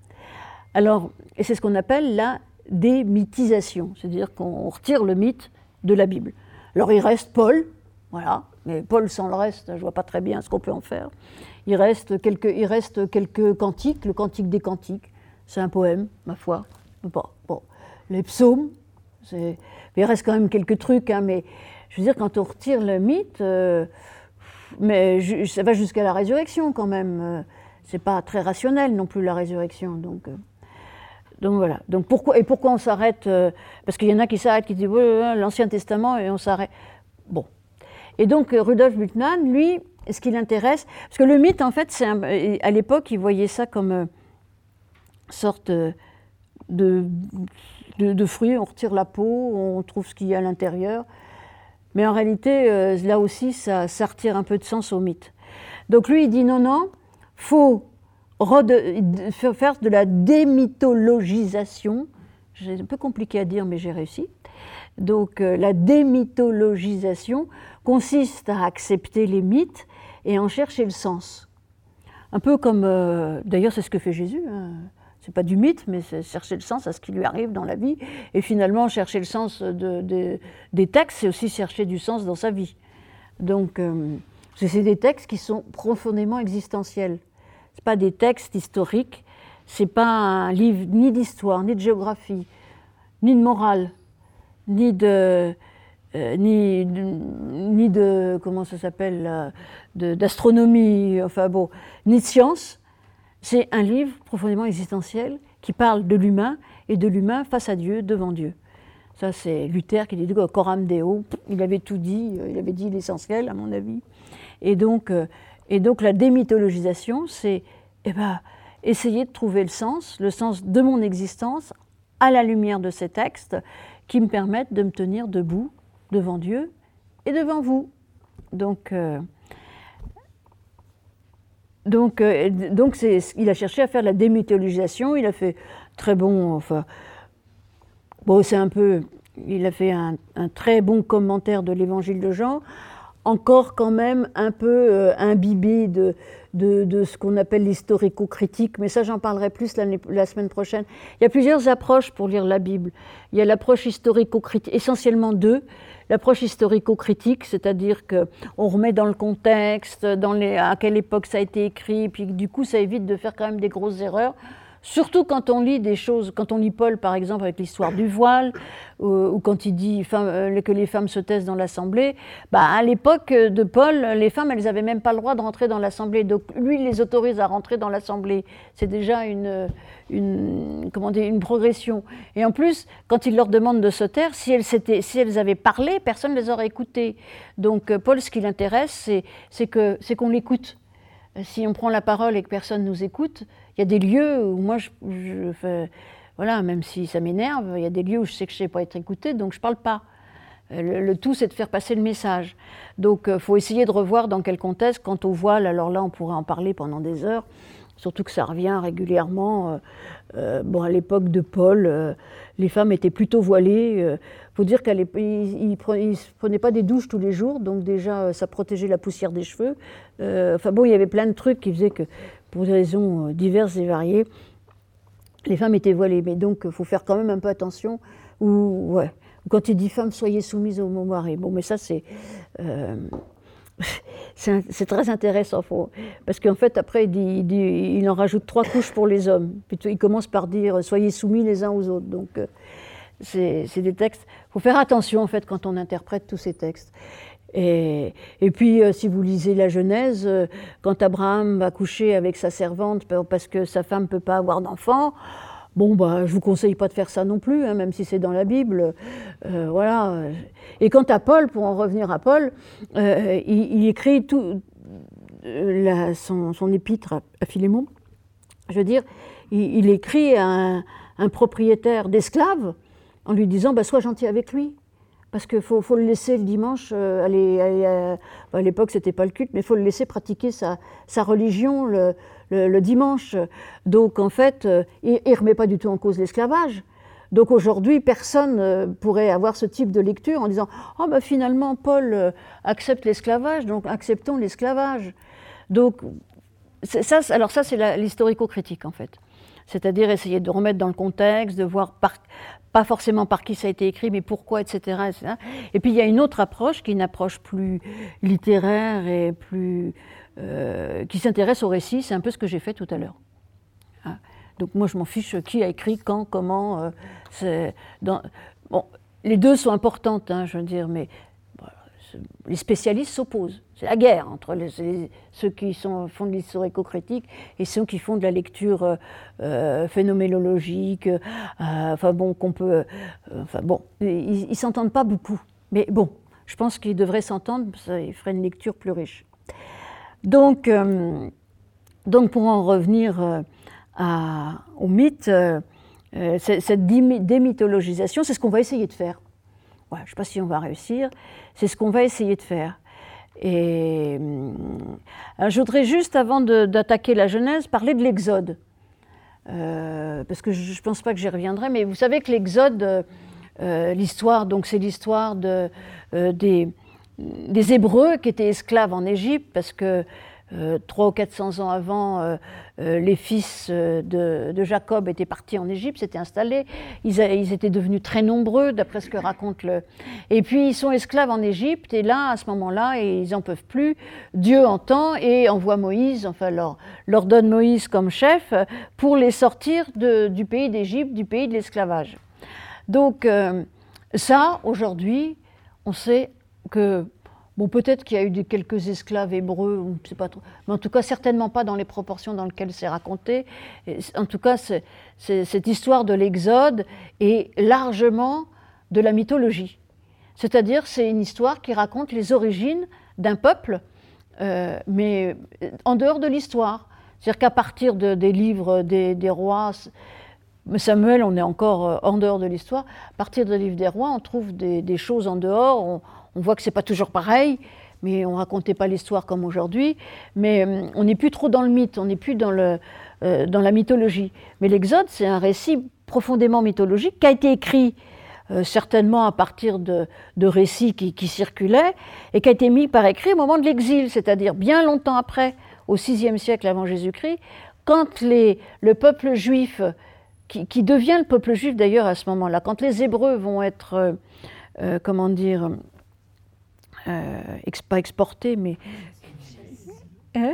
Alors, et c'est ce qu'on appelle la démythisation, c'est-à-dire qu'on retire le mythe de la Bible. Alors il reste Paul, voilà, mais Paul sans le reste, je ne vois pas très bien ce qu'on peut en faire. Il reste, quelques, il reste quelques cantiques, le cantique des cantiques, c'est un poème, ma foi. Bon, bon. Les psaumes, c'est... il reste quand même quelques trucs, hein, mais je veux dire, quand on retire le mythe, euh, mais ça va jusqu'à la résurrection quand même. Euh, c'est pas très rationnel non plus la résurrection, donc... Euh, donc voilà. Donc pourquoi, et pourquoi on s'arrête euh, parce qu'il y en a qui s'arrêtent, qui disent ouais, l'Ancien Testament, et on s'arrête. Bon. Et donc Rudolf Bultmann, lui, ce qui l'intéresse, parce que le mythe, en fait, c'est un, à l'époque, il voyait ça comme une sorte de, de, de fruit, on retire la peau, on trouve ce qu'il y a à l'intérieur. Mais en réalité, euh, là aussi, ça, ça retire un peu de sens au mythe. Donc lui, il dit non, non, il faut rede, faire de la démythologisation. C'est un peu compliqué à dire, mais j'ai réussi. Donc euh, la démythologisation consiste à accepter les mythes et en chercher le sens. Un peu comme, euh, d'ailleurs c'est ce que fait Jésus, hein. C'est pas du mythe, mais c'est chercher le sens à ce qui lui arrive dans la vie. Et finalement, chercher le sens de, de, des textes, c'est aussi chercher du sens dans sa vie. Donc, euh, c'est des textes qui sont profondément existentiels. Ce pas des textes historiques, c'est pas un livre ni d'histoire, ni de géographie, ni de morale, ni de... euh, ni, de, ni de, comment ça s'appelle, d'astronomie, enfin bon, ni de science. C'est un livre profondément existentiel qui parle de l'humain et de l'humain face à Dieu, devant Dieu. Ça, c'est Luther qui dit « Coram Deo », il avait tout dit, il avait dit l'essentiel, à mon avis. Et donc, euh, et donc la démythologisation, c'est eh ben, essayer de trouver le sens, le sens de mon existence, à la lumière de ces textes, qui me permettent de me tenir debout devant Dieu et devant vous. Donc, euh, donc, euh, donc c'est, il a cherché à faire la démythologisation, il a fait très bon, enfin, bon, c'est un peu, il a fait un, un très bon commentaire de l'évangile de Jean, encore quand même un peu euh, imbibé de, de, de ce qu'on appelle l'historico-critique, mais ça j'en parlerai plus la semaine prochaine. Il y a plusieurs approches pour lire la Bible. Il y a l'approche historico-critique, essentiellement deux. L'approche historico-critique, c'est-à-dire qu'on remet dans le contexte, dans les, à quelle époque ça a été écrit, puis du coup ça évite de faire quand même des grosses erreurs. Surtout quand on lit des choses, quand on lit Paul par exemple avec l'histoire du voile, ou, ou quand il dit femme, que les femmes se taisent dans l'assemblée, bah à l'époque de Paul, les femmes elles n'avaient même pas le droit de rentrer dans l'assemblée, donc lui il les autorise à rentrer dans l'assemblée. C'est déjà une, une, comment dire, une progression. Et en plus, quand il leur demande de se taire, si elles, si elles avaient parlé, personne ne les aurait écoutées. Donc Paul, ce qui l'intéresse, c'est, c'est, que, c'est qu'on l'écoute. Si on prend la parole et que personne ne nous écoute, il y a des lieux où moi, je, je fais, voilà, même si ça m'énerve, il y a des lieux où je sais que je ne sais pas être écoutée, donc je ne parle pas. Le, le tout, c'est de faire passer le message. Donc, il faut essayer de revoir dans quel contexte. Quant au voile, alors là, on pourrait en parler pendant des heures, surtout que ça revient régulièrement. Euh, bon, à l'époque de Paul, euh, les femmes étaient plutôt voilées. Il faut dire qu'ils ne prenaient pas des douches tous les jours, donc déjà, ça protégeait la poussière des cheveux. Euh, enfin bon, il y avait plein de trucs qui faisaient que, pour des raisons diverses et variées, les femmes étaient voilées. Mais donc, il faut faire quand même un peu attention. Ou, ouais, quand il dit « femmes, soyez soumises au mari ». Bon, mais ça, c'est... Euh, c'est, c'est très intéressant, faut, parce qu'en fait, après, il, dit, il, dit, il en rajoute trois couches pour les hommes. Puis il commence par dire « soyez soumis les uns aux autres ». Donc, euh, c'est, c'est des textes... Il faut faire attention, en fait, quand on interprète tous ces textes. Et, et puis, euh, si vous lisez la Genèse, euh, quand Abraham va coucher avec sa servante parce que sa femme ne peut pas avoir d'enfant, bon, bah, je ne vous conseille pas de faire ça non plus, hein, même si c'est dans la Bible. Euh, voilà. Et quant à Paul, pour en revenir à Paul, euh, il, il écrit tout, la, son, son épître à Philémon. Je veux dire, il, il écrit à un, un propriétaire d'esclaves en lui disant bah, « sois gentil avec lui ». Parce qu'il faut, faut le laisser le dimanche, euh, aller, aller, euh, à l'époque c'était pas le culte, mais il faut le laisser pratiquer sa, sa religion le, le, le dimanche. Donc en fait, euh, il ne remet pas du tout en cause l'esclavage. Donc aujourd'hui, personne euh, pourrait avoir ce type de lecture en disant « oh, bah, finalement Paul euh, accepte l'esclavage, donc acceptons l'esclavage ». Donc ça, alors ça c'est l'historico-critique en fait. C'est-à-dire essayer de remettre dans le contexte, de voir par, pas forcément par qui ça a été écrit, mais pourquoi, et cetera, et cetera. Et puis il y a une autre approche qui est une approche plus littéraire et plus, euh, qui s'intéresse au récit. C'est un peu ce que j'ai fait tout à l'heure. Hein. Donc moi je m'en fiche qui a écrit, quand, comment. Euh, c'est dans, bon, les deux sont importantes, hein, je veux dire, mais voilà, les spécialistes s'opposent. C'est la guerre entre les, les, ceux qui sont, font de l'historico-critique et ceux qui font de la lecture euh, phénoménologique. Euh, enfin bon, qu'on peut. Euh, enfin bon, ils ne s'entendent pas beaucoup. Mais bon, je pense qu'ils devraient s'entendre, ça ferait une lecture plus riche. Donc, euh, donc pour en revenir euh, à, au mythe, euh, cette démythologisation, c'est ce qu'on va essayer de faire. Ouais, je ne sais pas si on va réussir, c'est ce qu'on va essayer de faire. Et alors, je voudrais juste, avant de, d'attaquer la Genèse, parler de l'Exode. Euh, parce que je ne pense pas que j'y reviendrai, mais vous savez que l'Exode, euh, l'histoire, donc c'est l'histoire de, euh, des, des Hébreux qui étaient esclaves en Égypte, parce que euh, trois ou quatre cents ans avant, euh, euh, les fils de, de Jacob étaient partis en Égypte, s'étaient installés, ils, a, ils étaient devenus très nombreux, d'après ce que raconte le... Et puis ils sont esclaves en Égypte, et là, à ce moment-là, ils n'en peuvent plus, Dieu entend et envoie Moïse, enfin leur, leur donne Moïse comme chef, pour les sortir de, du pays d'Égypte, du pays de l'esclavage. Donc euh, ça, aujourd'hui, on sait que, bon, peut-être qu'il y a eu des, quelques esclaves hébreux, on ne sait pas trop, mais en tout cas, certainement pas dans les proportions dans lesquelles c'est raconté. Et en tout cas, c'est, c'est, cette histoire de l'Exode est largement de la mythologie. C'est-à-dire, c'est une histoire qui raconte les origines d'un peuple, euh, mais en dehors de l'histoire. C'est-à-dire qu'à partir de, des livres des, des rois, Samuel, on est encore en dehors de l'histoire, à partir des livres des rois, on trouve des, des choses en dehors, on, on voit que c'est pas toujours pareil, mais on racontait pas l'histoire comme aujourd'hui, mais euh, on n'est plus trop dans le mythe, on n'est plus dans, le, euh, dans la mythologie. Mais l'Exode, c'est un récit profondément mythologique qui a été écrit euh, certainement à partir de, de récits qui, qui circulaient et qui a été mis par écrit au moment de l'exil, c'est-à-dire bien longtemps après, au sixième siècle avant Jésus-Christ, quand les, le peuple juif, qui, qui devient le peuple juif d'ailleurs à ce moment-là, quand les Hébreux vont être, euh, euh, comment dire, euh, ex, pas exportés, mais... Hein?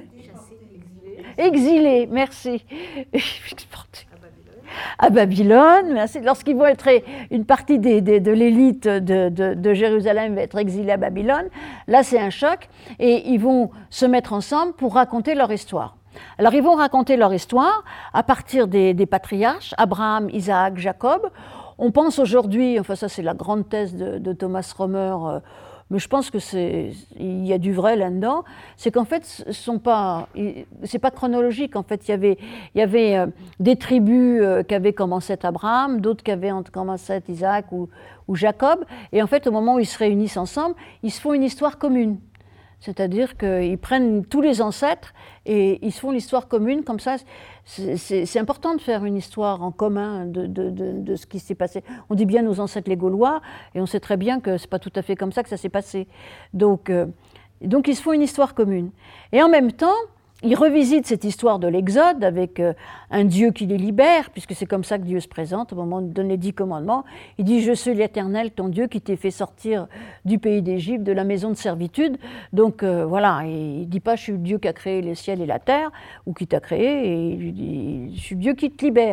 Exilés, merci. Exportés. À Babylone, merci. Lorsqu'ils vont être, une partie des, des, de l'élite de, de, de Jérusalem va être exilée à Babylone, là c'est un choc, et ils vont se mettre ensemble pour raconter leur histoire. Alors ils vont raconter leur histoire à partir des, des patriarches, Abraham, Isaac, Jacob. On pense aujourd'hui, enfin ça c'est la grande thèse de, de Thomas Romer, euh, mais je pense que c'est, il y a du vrai là-dedans, c'est qu'en fait, ce sont pas, c'est pas chronologique. En fait, il y avait, il y avait euh, des tribus euh, qui avaient comme ancêtre Abraham, d'autres qui avaient comme ancêtre Isaac ou, ou Jacob, et en fait, au moment où ils se réunissent ensemble, ils se font une histoire commune. C'est-à-dire qu'ils prennent tous les ancêtres et ils se font l'histoire commune, comme ça, c'est, c'est, c'est important de faire une histoire en commun de, de, de, de ce qui s'est passé. On dit bien nos ancêtres les Gaulois, et on sait très bien que ce n'est pas tout à fait comme ça que ça s'est passé. Donc, euh, donc ils se font une histoire commune. Et en même temps, ils revisitent cette histoire de l'Exode avec euh, un Dieu qui les libère, puisque c'est comme ça que Dieu se présente au moment de donner les dix commandements. Il dit « Je suis l'Éternel, ton Dieu, qui t'ai fait sortir du pays d'Égypte, de la maison de servitude. » Donc euh, voilà, et il ne dit pas « Je suis le Dieu qui a créé les ciels et la terre » ou qui t'a créé, et il lui dit « Je suis Dieu qui te libère. »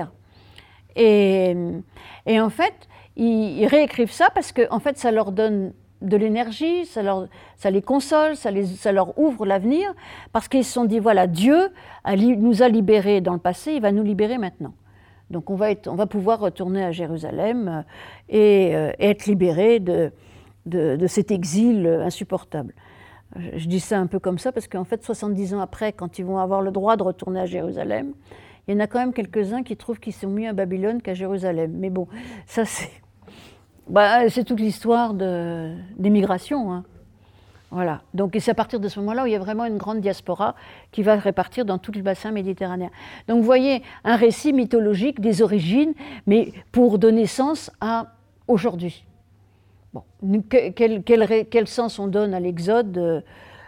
Et, et en fait, ils, ils réécrivent ça parce que en fait, ça leur donne de l'énergie, ça, leur, ça les console, ça, les, ça leur ouvre l'avenir, parce qu'ils se sont dit, voilà, Dieu a li, nous a libérés dans le passé, il va nous libérer maintenant. Donc on va, être, on va pouvoir retourner à Jérusalem euh, et, euh, et être libérés de, de, de cet exil insupportable. Je, je dis ça un peu comme ça, parce qu'en fait, soixante-dix ans après, quand ils vont avoir le droit de retourner à Jérusalem, il y en a quand même quelques-uns qui trouvent qu'ils sont mieux à Babylone qu'à Jérusalem. Mais bon, ça c'est... Bah, c'est toute l'histoire de, des migrations. Hein. Voilà. Donc, et c'est à partir de ce moment-là où il y a vraiment une grande diaspora qui va répartir dans tout le bassin méditerranéen. Donc, vous voyez un récit mythologique des origines, mais pour donner sens à aujourd'hui. Bon. Quel, quel, quel sens on donne à l'Exode euh,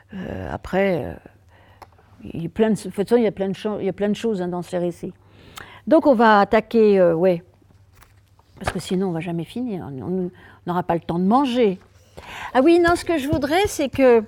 après euh, il y a plein de, de toute façon, il y a plein de, il y a plein de choses hein, dans ces récits. Donc, on va attaquer... Euh, ouais. Parce que sinon, on ne va jamais finir. On n'aura pas le temps de manger. Ah oui, non, ce que je voudrais, c'est que...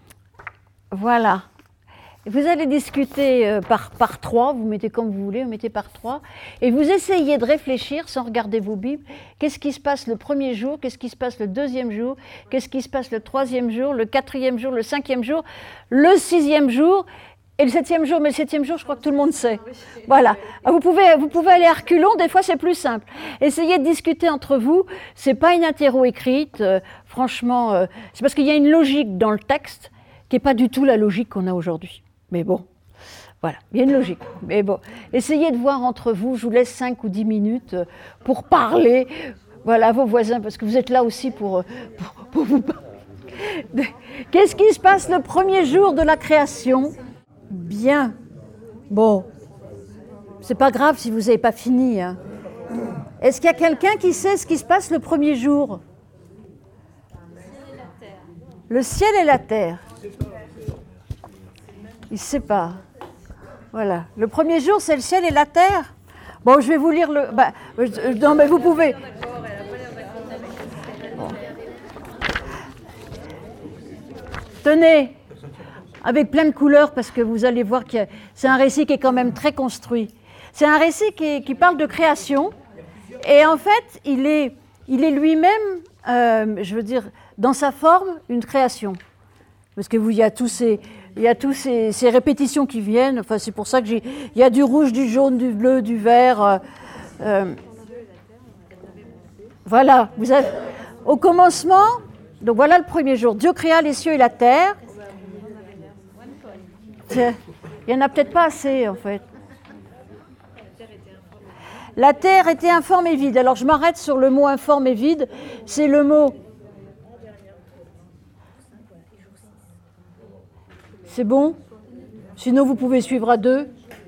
Voilà. Vous allez discuter euh, par, par trois, vous mettez comme vous voulez, vous mettez par trois, et vous essayez de réfléchir sans regarder vos Bibles. Qu'est-ce qui se passe le premier jour? Qu'est-ce qui se passe le deuxième jour? Qu'est-ce qui se passe le troisième jour? Le quatrième jour? Le cinquième jour? Le sixième jour? Et le septième jour, mais le septième jour, je crois que tout le monde sait. Voilà. Vous pouvez, vous pouvez aller à reculons, des fois c'est plus simple. Essayez de discuter entre vous, c'est pas une interro écrite, euh, franchement, euh, c'est parce qu'il y a une logique dans le texte qui n'est pas du tout la logique qu'on a aujourd'hui. Mais bon, voilà, il y a une logique. Mais bon, essayez de voir entre vous, je vous laisse cinq ou dix minutes euh, pour parler, voilà, à vos voisins, parce que vous êtes là aussi pour, euh, pour, pour vous parler. Qu'est-ce qui se passe le premier jour de la création ? Bien. Bon, c'est pas grave si vous n'avez pas fini. Hein. Est-ce qu'il y a quelqu'un qui sait ce qui se passe le premier jour? Le ciel et la terre. Il ne sait pas. Voilà. Le premier jour, c'est le ciel et la terre. Bon, je vais vous lire le... Bah, euh, non, mais vous pouvez... Bon. Tenez, avec plein de couleurs, parce que vous allez voir que c'est un récit qui est quand même très construit. C'est un récit qui, qui parle de création, et en fait, il est, il est lui-même, euh, je veux dire, dans sa forme, une création. Parce que vous, il y a tous ces, il y a tous ces, ces répétitions qui viennent. Enfin, c'est pour ça que j'ai, il y a du rouge, du jaune, du bleu, du vert. Euh, euh, voilà. Vous avez, au commencement, donc voilà le premier jour. Dieu créa les cieux et la terre. C'est, il n'y en a peut-être pas assez, en fait. La terre était informe et vide. Alors je m'arrête sur le mot informe et vide. C'est le mot. C'est bon? Sinon vous pouvez suivre à deux.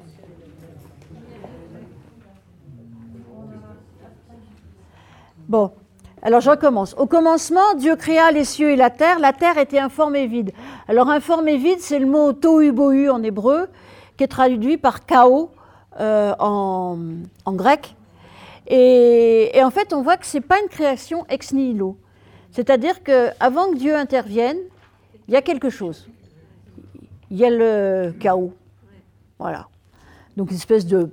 Bon, alors je recommence. Au commencement, Dieu créa les cieux et la terre. La terre était informe et vide. Alors informe et vide, c'est le mot tohu bohu en hébreu, qui est traduit par chaos. Euh, en, en grec. Et, et en fait, on voit que ce n'est pas une création ex nihilo. C'est-à-dire qu'avant que Dieu intervienne, il y a quelque chose. Il y a le chaos. Voilà. Donc une espèce de...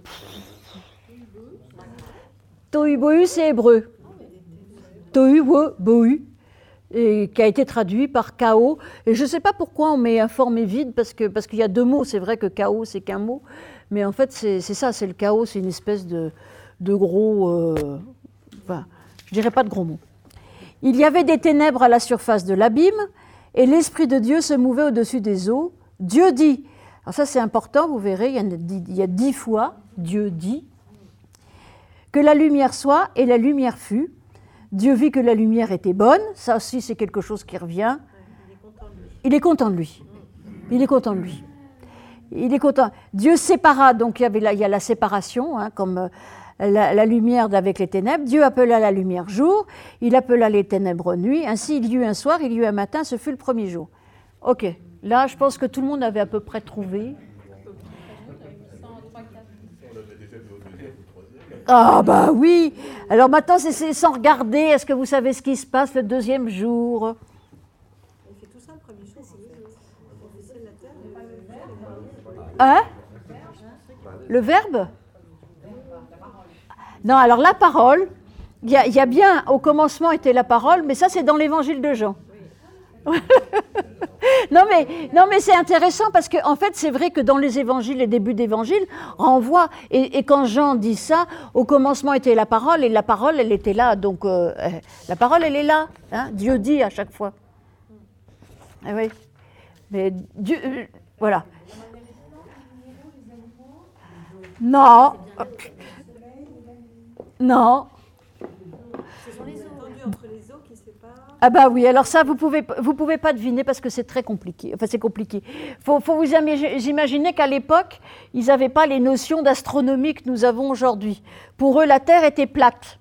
Tohu bohu, c'est hébreu. Tohu bohu, et qui a été traduit par chaos. Et je ne sais pas pourquoi on met informe et vide, parce que, parce qu'il y a deux mots. C'est vrai que chaos, c'est qu'un mot. Mais en fait, c'est, c'est ça, c'est le chaos, c'est une espèce de, de gros... Euh, enfin, je dirais pas de gros mots. Il y avait des ténèbres à la surface de l'abîme, et l'Esprit de Dieu se mouvait au-dessus des eaux. Dieu dit, alors ça c'est important, vous verrez, il y, a, il y a dix fois, Dieu dit, que la lumière soit, et la lumière fut. Dieu vit que la lumière était bonne, ça aussi c'est quelque chose qui revient. Il est content de lui. Il est content de lui. Il est content. Dieu sépara, donc il y, avait la, il y a la séparation, hein, comme euh, la, la lumière avec les ténèbres. Dieu appela la lumière jour, il appela les ténèbres nuit. Ainsi il y eut un soir, il y eut un matin, ce fut le premier jour. Ok, là je pense que tout le monde avait à peu près trouvé. Ah bah oui. Alors maintenant c'est, c'est sans regarder, est-ce que vous savez ce qui se passe le deuxième jour? Hein? Le verbe? Non, alors la parole, il y, y a bien, au commencement était la parole, mais ça c'est dans l'évangile de Jean. non, mais, non mais c'est intéressant parce qu'en en fait c'est vrai que dans les évangiles, les débuts d'évangiles, on voit, et, et quand Jean dit ça, au commencement était la parole, et la parole elle était là, donc euh, la parole elle est là, hein, Dieu dit à chaque fois. Ah oui, mais Dieu, euh, voilà. Non. Non. Ce sont les eaux. Entre les eaux qui séparent. Ah bah oui, alors ça, vous pouvez, vous pouvez pas deviner parce que c'est très compliqué. Enfin, c'est compliqué. Il faut, faut vous imaginer qu'à l'époque, ils n'avaient pas les notions d'astronomie que nous avons aujourd'hui. Pour eux, la Terre était plate.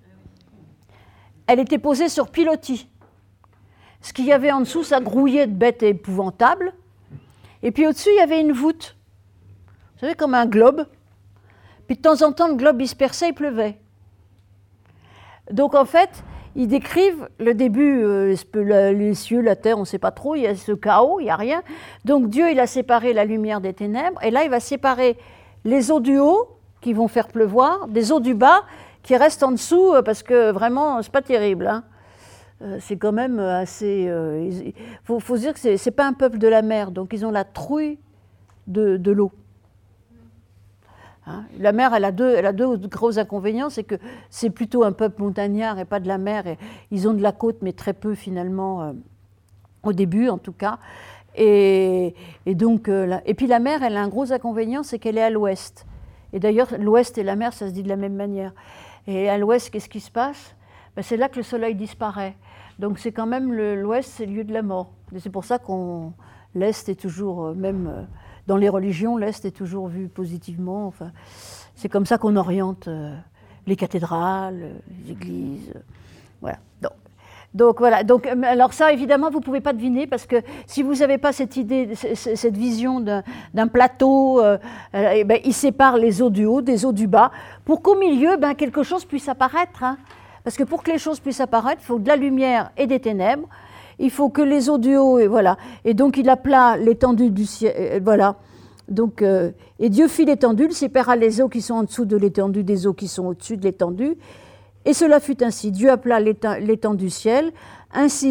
Elle était posée sur pilotis. Ce qu'il y avait en dessous, ça grouillait de bêtes épouvantables. Et puis au-dessus, il y avait une voûte. Vous savez, comme un globe. Puis de temps en temps, le globe, il se perçait, il pleuvait. Donc en fait, ils décrivent le début, euh, les cieux, la terre, on ne sait pas trop, il y a ce chaos, il n'y a rien. Donc Dieu, il a séparé la lumière des ténèbres, et là, il va séparer les eaux du haut, qui vont faire pleuvoir, des eaux du bas, qui restent en dessous, parce que vraiment, c'est pas terrible. Hein. Euh, c'est quand même assez... Il euh, faut, faut se dire que c'est, c'est pas un peuple de la mer, donc ils ont la trouille de, de l'eau. Hein, la mer, elle a, deux, elle a deux gros inconvénients, c'est que c'est plutôt un peuple montagnard et pas de la mer. Et ils ont de la côte, mais très peu finalement, euh, au début en tout cas. Et, et, donc, euh, la, et puis la mer, elle a un gros inconvénient, c'est qu'elle est à l'ouest. Et d'ailleurs, l'ouest et la mer, ça se dit de la même manière. Et à l'ouest, qu'est-ce qui se passe? Ben, c'est là que le soleil disparaît. Donc c'est quand même le, l'ouest, c'est le lieu de la mort. Et c'est pour ça qu'on l'est est toujours, euh, même... Euh, dans les religions, l'Est est toujours vu positivement. Enfin, c'est comme ça qu'on oriente euh, les cathédrales, les églises. Euh, voilà. Donc, donc, voilà. Donc, alors ça, évidemment, vous ne pouvez pas deviner parce que si vous n'avez pas cette idée, cette vision d'un, d'un plateau, euh, euh, ben, il sépare les eaux du haut des eaux du bas pour qu'au milieu, ben, quelque chose puisse apparaître. Hein. Parce que pour que les choses puissent apparaître, il faut de la lumière et des ténèbres. Il faut que les eaux du haut, et voilà. Et donc il appela l'étendue du ciel, voilà. Donc, euh, et Dieu fit l'étendue, il sépara les eaux qui sont en dessous de l'étendue des eaux qui sont au-dessus de l'étendue. Et cela fut ainsi. Dieu appela l'étendue du ciel. Ainsi,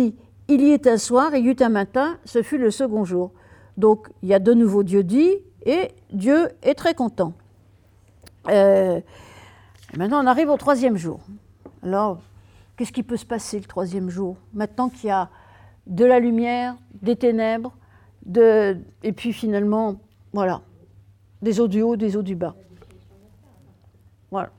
il y eut un soir, il y eut un matin, ce fut le second jour. Donc, il y a de nouveau Dieu dit, et Dieu est très content. Euh, maintenant, on arrive au troisième jour. Alors, qu'est-ce qui peut se passer le troisième jour? Maintenant qu'il y a de la lumière, des ténèbres, de, et puis finalement, voilà, des eaux du haut, des eaux du bas. Voilà.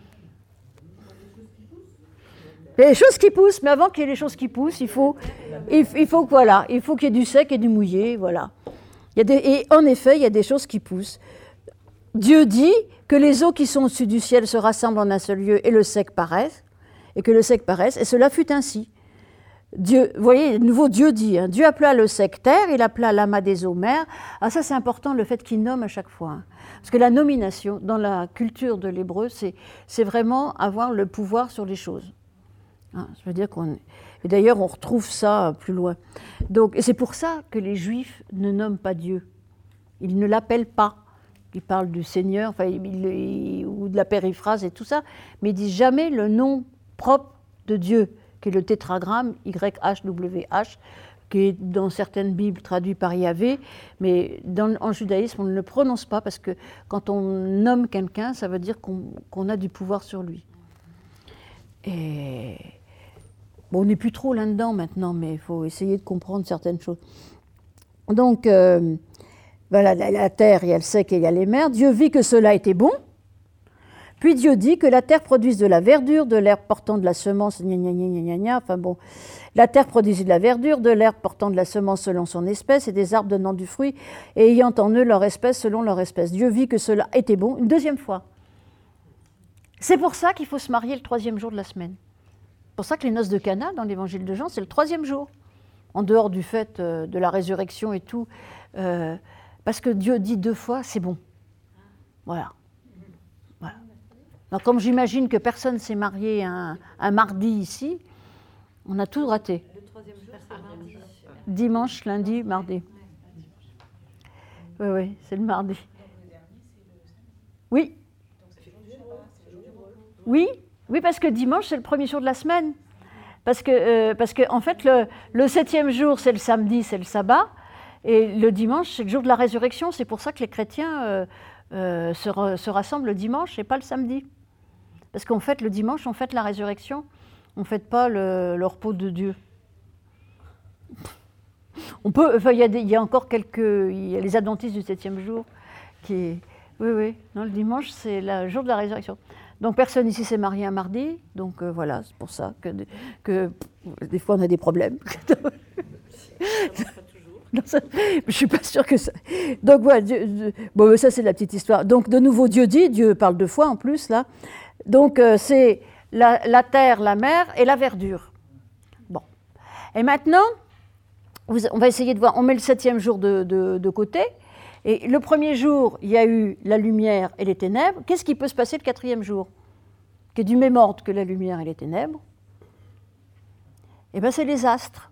Il y a des choses qui poussent, mais avant qu'il y ait les choses qui poussent, il faut, il, il faut, voilà, il faut qu'il y ait du sec et du mouillé, voilà. Il y a des, et en effet, il y a des choses qui poussent. Dieu dit que les eaux qui sont au-dessus du ciel se rassemblent en un seul lieu et le sec paraisse, et que le sec paraisse, et cela fut ainsi. Dieu, vous voyez, de nouveau Dieu dit, hein, Dieu appela le sec terre, il appela l'amas des eaux mer. Ah ça c'est important, le fait qu'il nomme à chaque fois. Hein. Parce que la nomination, dans la culture de l'hébreu, c'est, c'est vraiment avoir le pouvoir sur les choses. Hein, ça veut dire qu'on... Et d'ailleurs, on retrouve ça plus loin. Donc, et c'est pour ça que les Juifs ne nomment pas Dieu. Ils ne l'appellent pas. Ils parlent du Seigneur, enfin, ils, ils, ou de la périphrase et tout ça, mais ils disent jamais le nom propre de Dieu, qui est le tétragramme Y H W H, qui est dans certaines Bibles traduit par Yahvé, mais dans, en judaïsme, on ne le prononce pas parce que quand on nomme quelqu'un, ça veut dire qu'on, qu'on a du pouvoir sur lui. Et bon, on n'est plus trop là-dedans maintenant, mais il faut essayer de comprendre certaines choses. Donc, euh, voilà, la, la terre, il y a le sec et il y a les mers. Dieu vit que cela était bon. Puis Dieu dit que la terre produise de la verdure, de l'herbe portant de la semence, gna gna gna gna gna, enfin bon, la terre produisit de la verdure, de l'herbe portant de la semence selon son espèce, et des arbres donnant du fruit, et ayant en eux leur espèce selon leur espèce. Dieu vit que cela était bon, une deuxième fois. C'est pour ça qu'il faut se marier le troisième jour de la semaine. C'est pour ça que les noces de Cana, dans l'évangile de Jean, c'est le troisième jour, en dehors du fait euh, de la résurrection et tout, euh, parce que Dieu dit deux fois, c'est bon. Voilà. Voilà. Donc, comme j'imagine que personne ne s'est marié un, un mardi ici, on a tout raté. Le troisième jour, c'est mardi. Dimanche, lundi, mardi. Oui, oui, c'est le mardi. Oui. Oui, oui, parce que dimanche, c'est le premier jour de la semaine. Parce que, euh, parce que en fait, le, le septième jour, c'est le samedi, c'est le sabbat. Et le dimanche, c'est le jour de la résurrection. C'est pour ça que les chrétiens euh, euh, se, re, se rassemblent le dimanche et pas le samedi. Parce qu'en fait, le dimanche, on fête la résurrection. On ne fête pas le, le repos de Dieu. On peut, enfin, il y a des, il y a encore quelques... Il y a les adventistes du septième jour qui... Oui, oui. Non, le dimanche, c'est le jour de la résurrection. Donc, personne ici s'est marié un mardi. Donc, euh, voilà, c'est pour ça que, que des fois, on a des problèmes. Non, ça, je ne suis pas sûre que ça... Donc, voilà, Dieu, Dieu, bon, ça, c'est la petite histoire. Donc, de nouveau, Dieu dit, Dieu parle deux fois en plus, là. Donc, euh, c'est la, la terre, la mer et la verdure. Bon. Et maintenant, vous, on va essayer de voir, on met le septième jour de, de, de côté. Et le premier jour, il y a eu la lumière et les ténèbres. Qu'est-ce qui peut se passer le quatrième jour, qui est du même ordre que la lumière et les ténèbres? Eh bien, c'est les astres.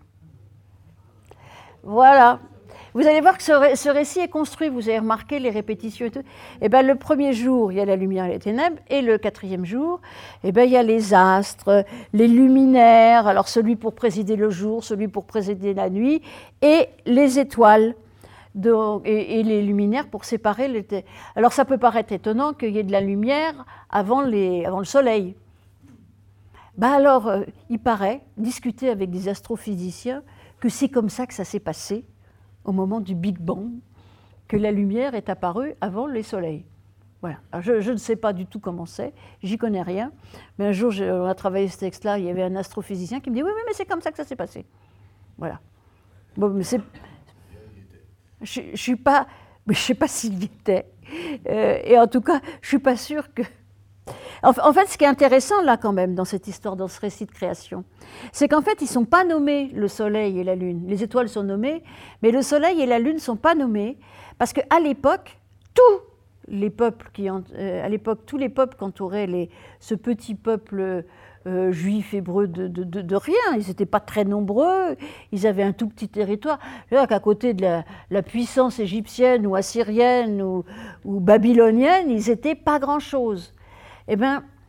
Voilà. Vous allez voir que ce, ré, ce récit est construit, vous avez remarqué les répétitions et tout. Eh bien, le premier jour, il y a la lumière et les ténèbres, et le quatrième jour, eh bien, il y a les astres, les luminaires, alors celui pour présider le jour, celui pour présider la nuit, et les étoiles. Donc, et, et les luminaires pour séparer les... Alors ça peut paraître étonnant qu'il y ait de la lumière avant, les, avant le soleil. Ben alors, euh, il paraît, discuter avec des astrophysiciens, que c'est comme ça que ça s'est passé au moment du Big Bang, que la lumière est apparue avant les soleils. Voilà. Alors, je, je ne sais pas du tout comment c'est, j'y connais rien, mais un jour, on a travaillé ce texte-là, il y avait un astrophysicien qui me dit « Oui, oui, mais c'est comme ça que ça s'est passé. » Voilà. Bon, mais c'est... Je ne suis pas, mais je sais pas s'il y était. Euh, et en tout cas, je ne suis pas sûre que... En, en fait, ce qui est intéressant là quand même dans cette histoire, dans ce récit de création, c'est qu'en fait, ils ne sont pas nommés le soleil et la lune. Les étoiles sont nommées, mais le soleil et la lune ne sont pas nommés parce qu'à l'époque, tous les peuples qui, euh, à l'époque, tous les peuples qu'entourait les, ce petit peuple euh, juif, hébreu de, de, de, de rien, ils n'étaient pas très nombreux, ils avaient un tout petit territoire. C'est-à-dire qu'à côté de la, la puissance égyptienne ou assyrienne ou, ou babylonienne, ils n'étaient pas grand-chose. Eh bien,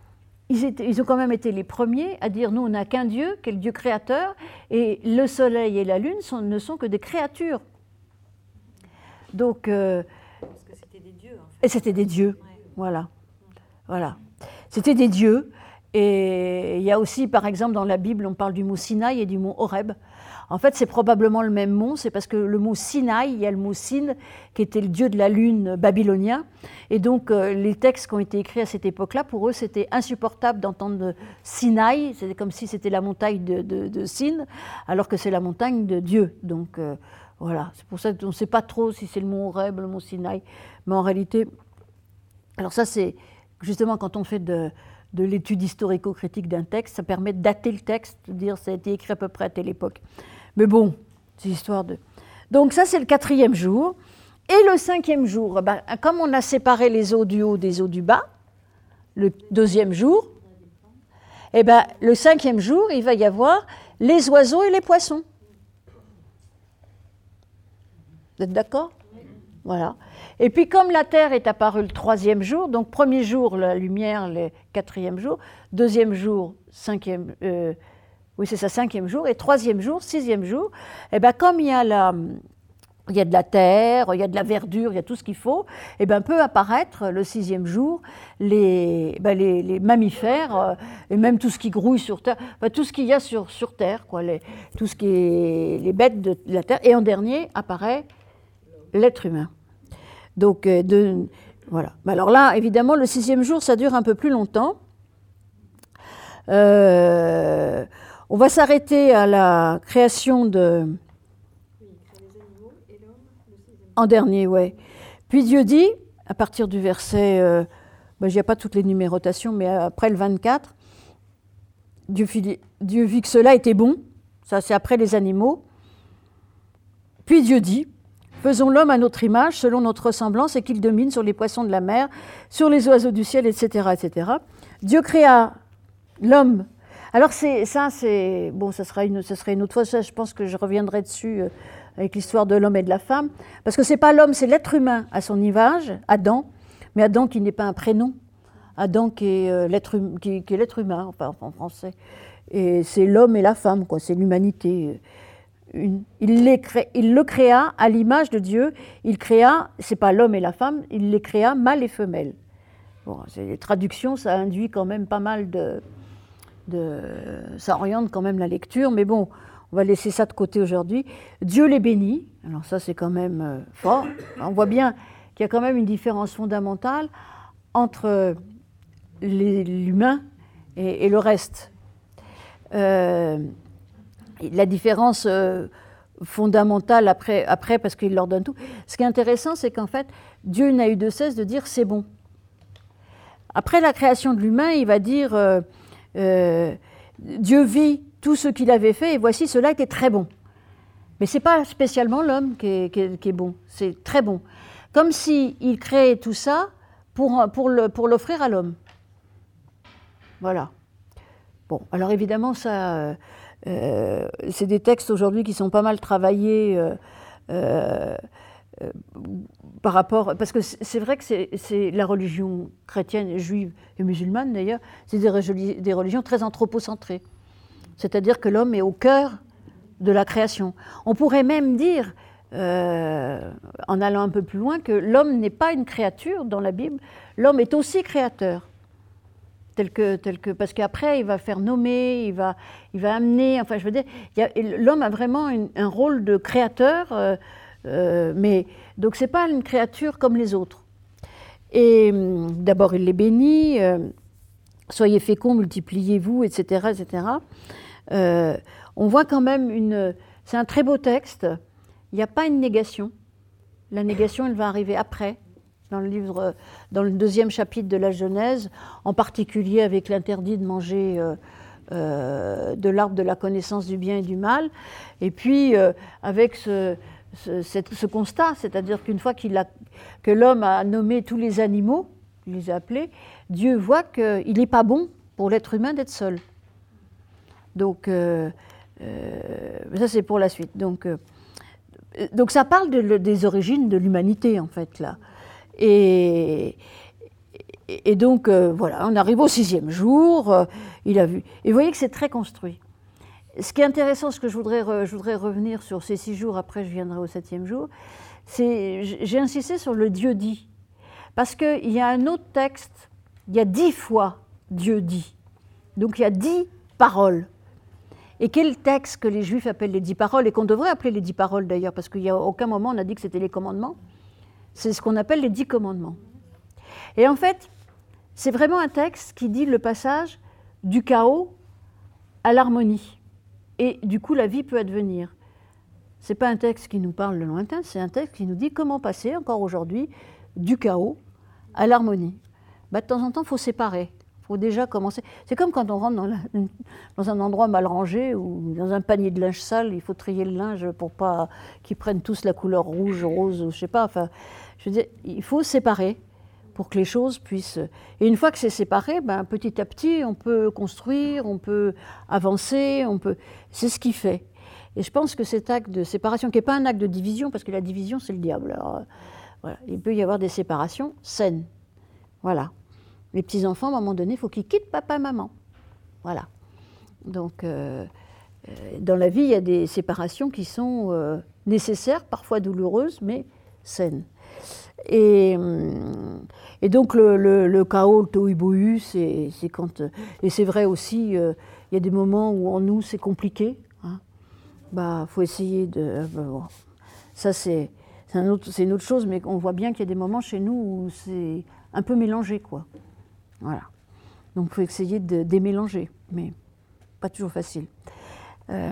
ils, étaient, ils ont quand même été les premiers à dire, nous, on n'a qu'un Dieu, qui est le Dieu créateur, et le soleil et la lune sont, ne sont que des créatures. Donc, euh, Parce que c'était des dieux, en fait. Et c'était des dieux, Ouais. voilà. Voilà. C'était des dieux. Et il y a aussi, par exemple, dans la Bible, on parle du mot Sinaï et du mot Horeb. En fait, c'est probablement le même mot, c'est parce que le mot Sinaï, il y a le mot Sin, qui était le dieu de la lune babylonien. Et donc, euh, les textes qui ont été écrits à cette époque-là, pour eux, c'était insupportable d'entendre Sinaï. C'était comme si c'était la montagne de, de, de Sin, alors que c'est la montagne de Dieu. Donc, euh, voilà. C'est pour ça qu'on ne sait pas trop si c'est le mot Horeb, le mot Sinaï. Mais en réalité, alors ça, c'est justement quand on fait de... de l'étude historico-critique d'un texte, ça permet de dater le texte, de dire ça a été écrit à peu près à telle époque. Mais bon, c'est histoire de... Donc ça, c'est le quatrième jour. Et le cinquième jour, ben, comme on a séparé les eaux du haut des eaux du bas, le deuxième jour, eh ben, le cinquième jour, il va y avoir les oiseaux et les poissons. Vous êtes d'accord ? Voilà. Et puis comme la Terre est apparue le troisième jour, donc premier jour la lumière, le quatrième jour, deuxième jour, cinquième, euh, oui c'est ça, cinquième jour, et troisième jour, sixième jour, et ben comme il y a la, il y a de la terre, il y a de la verdure, il y a tout ce qu'il faut, et ben peut apparaître le sixième jour les, ben les, les mammifères euh, et même tout ce qui grouille sur terre, ben tout ce qu'il y a sur, sur terre, quoi, les, tout ce qui est les bêtes de la terre, et en dernier apparaît l'être humain. Donc, euh, de, voilà. Alors là, évidemment, le sixième jour, ça dure un peu plus longtemps. Euh, on va s'arrêter à la création de... Oui, il crée les animaux et l'homme, le sixième. En dernier, oui. Puis Dieu dit, à partir du verset... Euh, ben, il n'y a pas toutes les numérotations, mais après le vingt-quatre, Dieu, Dieu vit que cela était bon. Ça, c'est après les animaux. Puis Dieu dit... Faisons l'homme à notre image, selon notre ressemblance, et qu'il domine sur les poissons de la mer, sur les oiseaux du ciel, et cetera, et cetera. Dieu créa l'homme. Alors c'est, ça, c'est bon, ça sera une, ça sera une autre fois. Ça, je pense que je reviendrai dessus euh, avec l'histoire de l'homme et de la femme, parce que c'est pas l'homme, c'est l'être humain à son image, Adam, mais Adam qui n'est pas un prénom, Adam qui est euh, l'être, hum, qui, qui est l'être humain, enfin en français. Et c'est l'homme et la femme, quoi. C'est l'humanité. Une, il, les cré, il le créa à l'image de Dieu. Il créa, c'est pas l'homme et la femme, il les créa mâles et femelles. Bon, c'est, les traductions, ça induit quand même pas mal de, de, ça oriente quand même la lecture, mais bon, on va laisser ça de côté aujourd'hui. Dieu les bénit. Alors ça, c'est quand même euh, fort. On voit bien qu'il y a quand même une différence fondamentale entre les, l'humain et, et le reste. Euh, La différence euh, fondamentale après, après, parce qu'il leur donne tout. Ce qui est intéressant, c'est qu'en fait, Dieu n'a eu de cesse de dire c'est bon. Après la création de l'humain, il va dire euh, euh, Dieu vit tout ce qu'il avait fait et voici cela était très bon. Mais ce n'est pas spécialement l'homme qui est, qui est, qui est bon, c'est très bon. Comme s'il créait tout ça pour, pour, le, pour l'offrir à l'homme. Voilà. Bon, alors évidemment, ça. Euh, Euh, c'est des textes aujourd'hui qui sont pas mal travaillés euh, euh, euh, par rapport... Parce que c'est vrai que c'est, c'est la religion chrétienne, juive et musulmane d'ailleurs, c'est des, religions, des religions très anthropocentrées. C'est-à-dire que l'homme est au cœur de la création. On pourrait même dire, euh, en allant un peu plus loin, que l'homme n'est pas une créature dans la Bible, l'homme est aussi créateur. Tel que, tel que, parce qu'après, il va faire nommer, il va, il va amener, enfin je veux dire, il y a, l'homme a vraiment une, un rôle de créateur, euh, euh, mais donc c'est pas une créature comme les autres. Et d'abord, il les bénit, euh, soyez féconds, multipliez-vous, et cetera, et cetera. Euh, on voit quand même une, c'est un très beau texte, il n'y a pas une négation, la négation, elle va arriver après. Dans le livre, dans le deuxième chapitre de la Genèse, en particulier avec l'interdit de manger euh, euh, de l'arbre de la connaissance du bien et du mal, et puis euh, avec ce, ce, cette, ce constat, c'est-à-dire qu'une fois qu'il a, que l'homme a nommé tous les animaux, il les a appelés, Dieu voit qu'il n'est pas bon pour l'être humain d'être seul. Donc, euh, euh, ça c'est pour la suite. Donc, euh, donc ça parle de, des origines de l'humanité en fait là. Et, et, et donc, euh, voilà, on arrive au sixième jour, euh, il a vu. Et vous voyez que c'est très construit. Ce qui est intéressant, ce que je voudrais, re, je voudrais revenir sur ces six jours, après je viendrai au septième jour, c'est, j'ai insisté sur le Dieu dit. Parce qu'il y a un autre texte, il y a dix fois Dieu dit. Donc il y a dix paroles. Et quel texte que les Juifs appellent les dix paroles, et qu'on devrait appeler les dix paroles d'ailleurs, parce qu'il n'y a aucun moment on a dit que c'était les commandements, c'est ce qu'on appelle les dix commandements. Et en fait, c'est vraiment un texte qui dit le passage du chaos à l'harmonie. Et du coup, la vie peut advenir. Ce n'est pas un texte qui nous parle de lointain, c'est un texte qui nous dit comment passer, encore aujourd'hui, du chaos à l'harmonie. Bah, de temps en temps, il faut séparer. Il faut déjà commencer. C'est comme quand on rentre dans, la, dans un endroit mal rangé ou dans un panier de linge sale, il faut trier le linge pour pas qu'ils prennent tous la couleur rouge, rose, ou je sais pas. Enfin, je veux dire, il faut séparer pour que les choses puissent... Et une fois que c'est séparé, ben, petit à petit, on peut construire, on peut avancer, on peut... C'est ce qui fait. Et je pense que cet acte de séparation, qui n'est pas un acte de division, parce que la division, c'est le diable. Alors, voilà. Il peut y avoir des séparations saines. Voilà. Les petits-enfants, à un moment donné, il faut qu'ils quittent papa et maman. Voilà. Donc, euh, dans la vie, il y a des séparations qui sont euh, nécessaires, parfois douloureuses, mais saines. Et, et donc le, le, le chaos, le tohu-bohu, c'est, c'est quand... Et c'est vrai aussi, euh, il y a des moments où en nous c'est compliqué. Hein. Bah, faut essayer de... Bah, bon. Ça c'est, c'est, un autre, c'est une autre chose, mais on voit bien qu'il y a des moments chez nous où c'est un peu mélangé, quoi. Voilà. Donc il faut essayer de démélanger, mais pas toujours facile. Euh,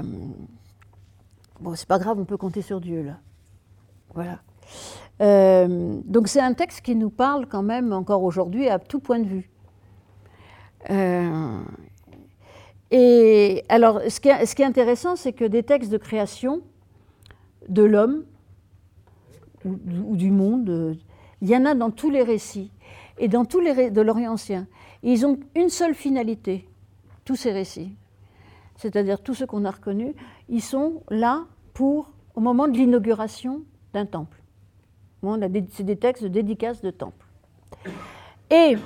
bon, c'est pas grave, on peut compter sur Dieu, là. Voilà. Euh, donc c'est un texte qui nous parle quand même encore aujourd'hui à tout point de vue. Euh, et alors ce qui est, ce qui est intéressant, c'est que des textes de création de l'homme ou, ou du monde, euh, il y en a dans tous les récits et dans tous les ré- de l'Orient ancien. Et ils ont une seule finalité, tous ces récits. C'est-à-dire tous ceux qu'on a reconnus, ils sont là pour, au moment de l'inauguration d'un temple. C'est des textes de dédicace de temple. Et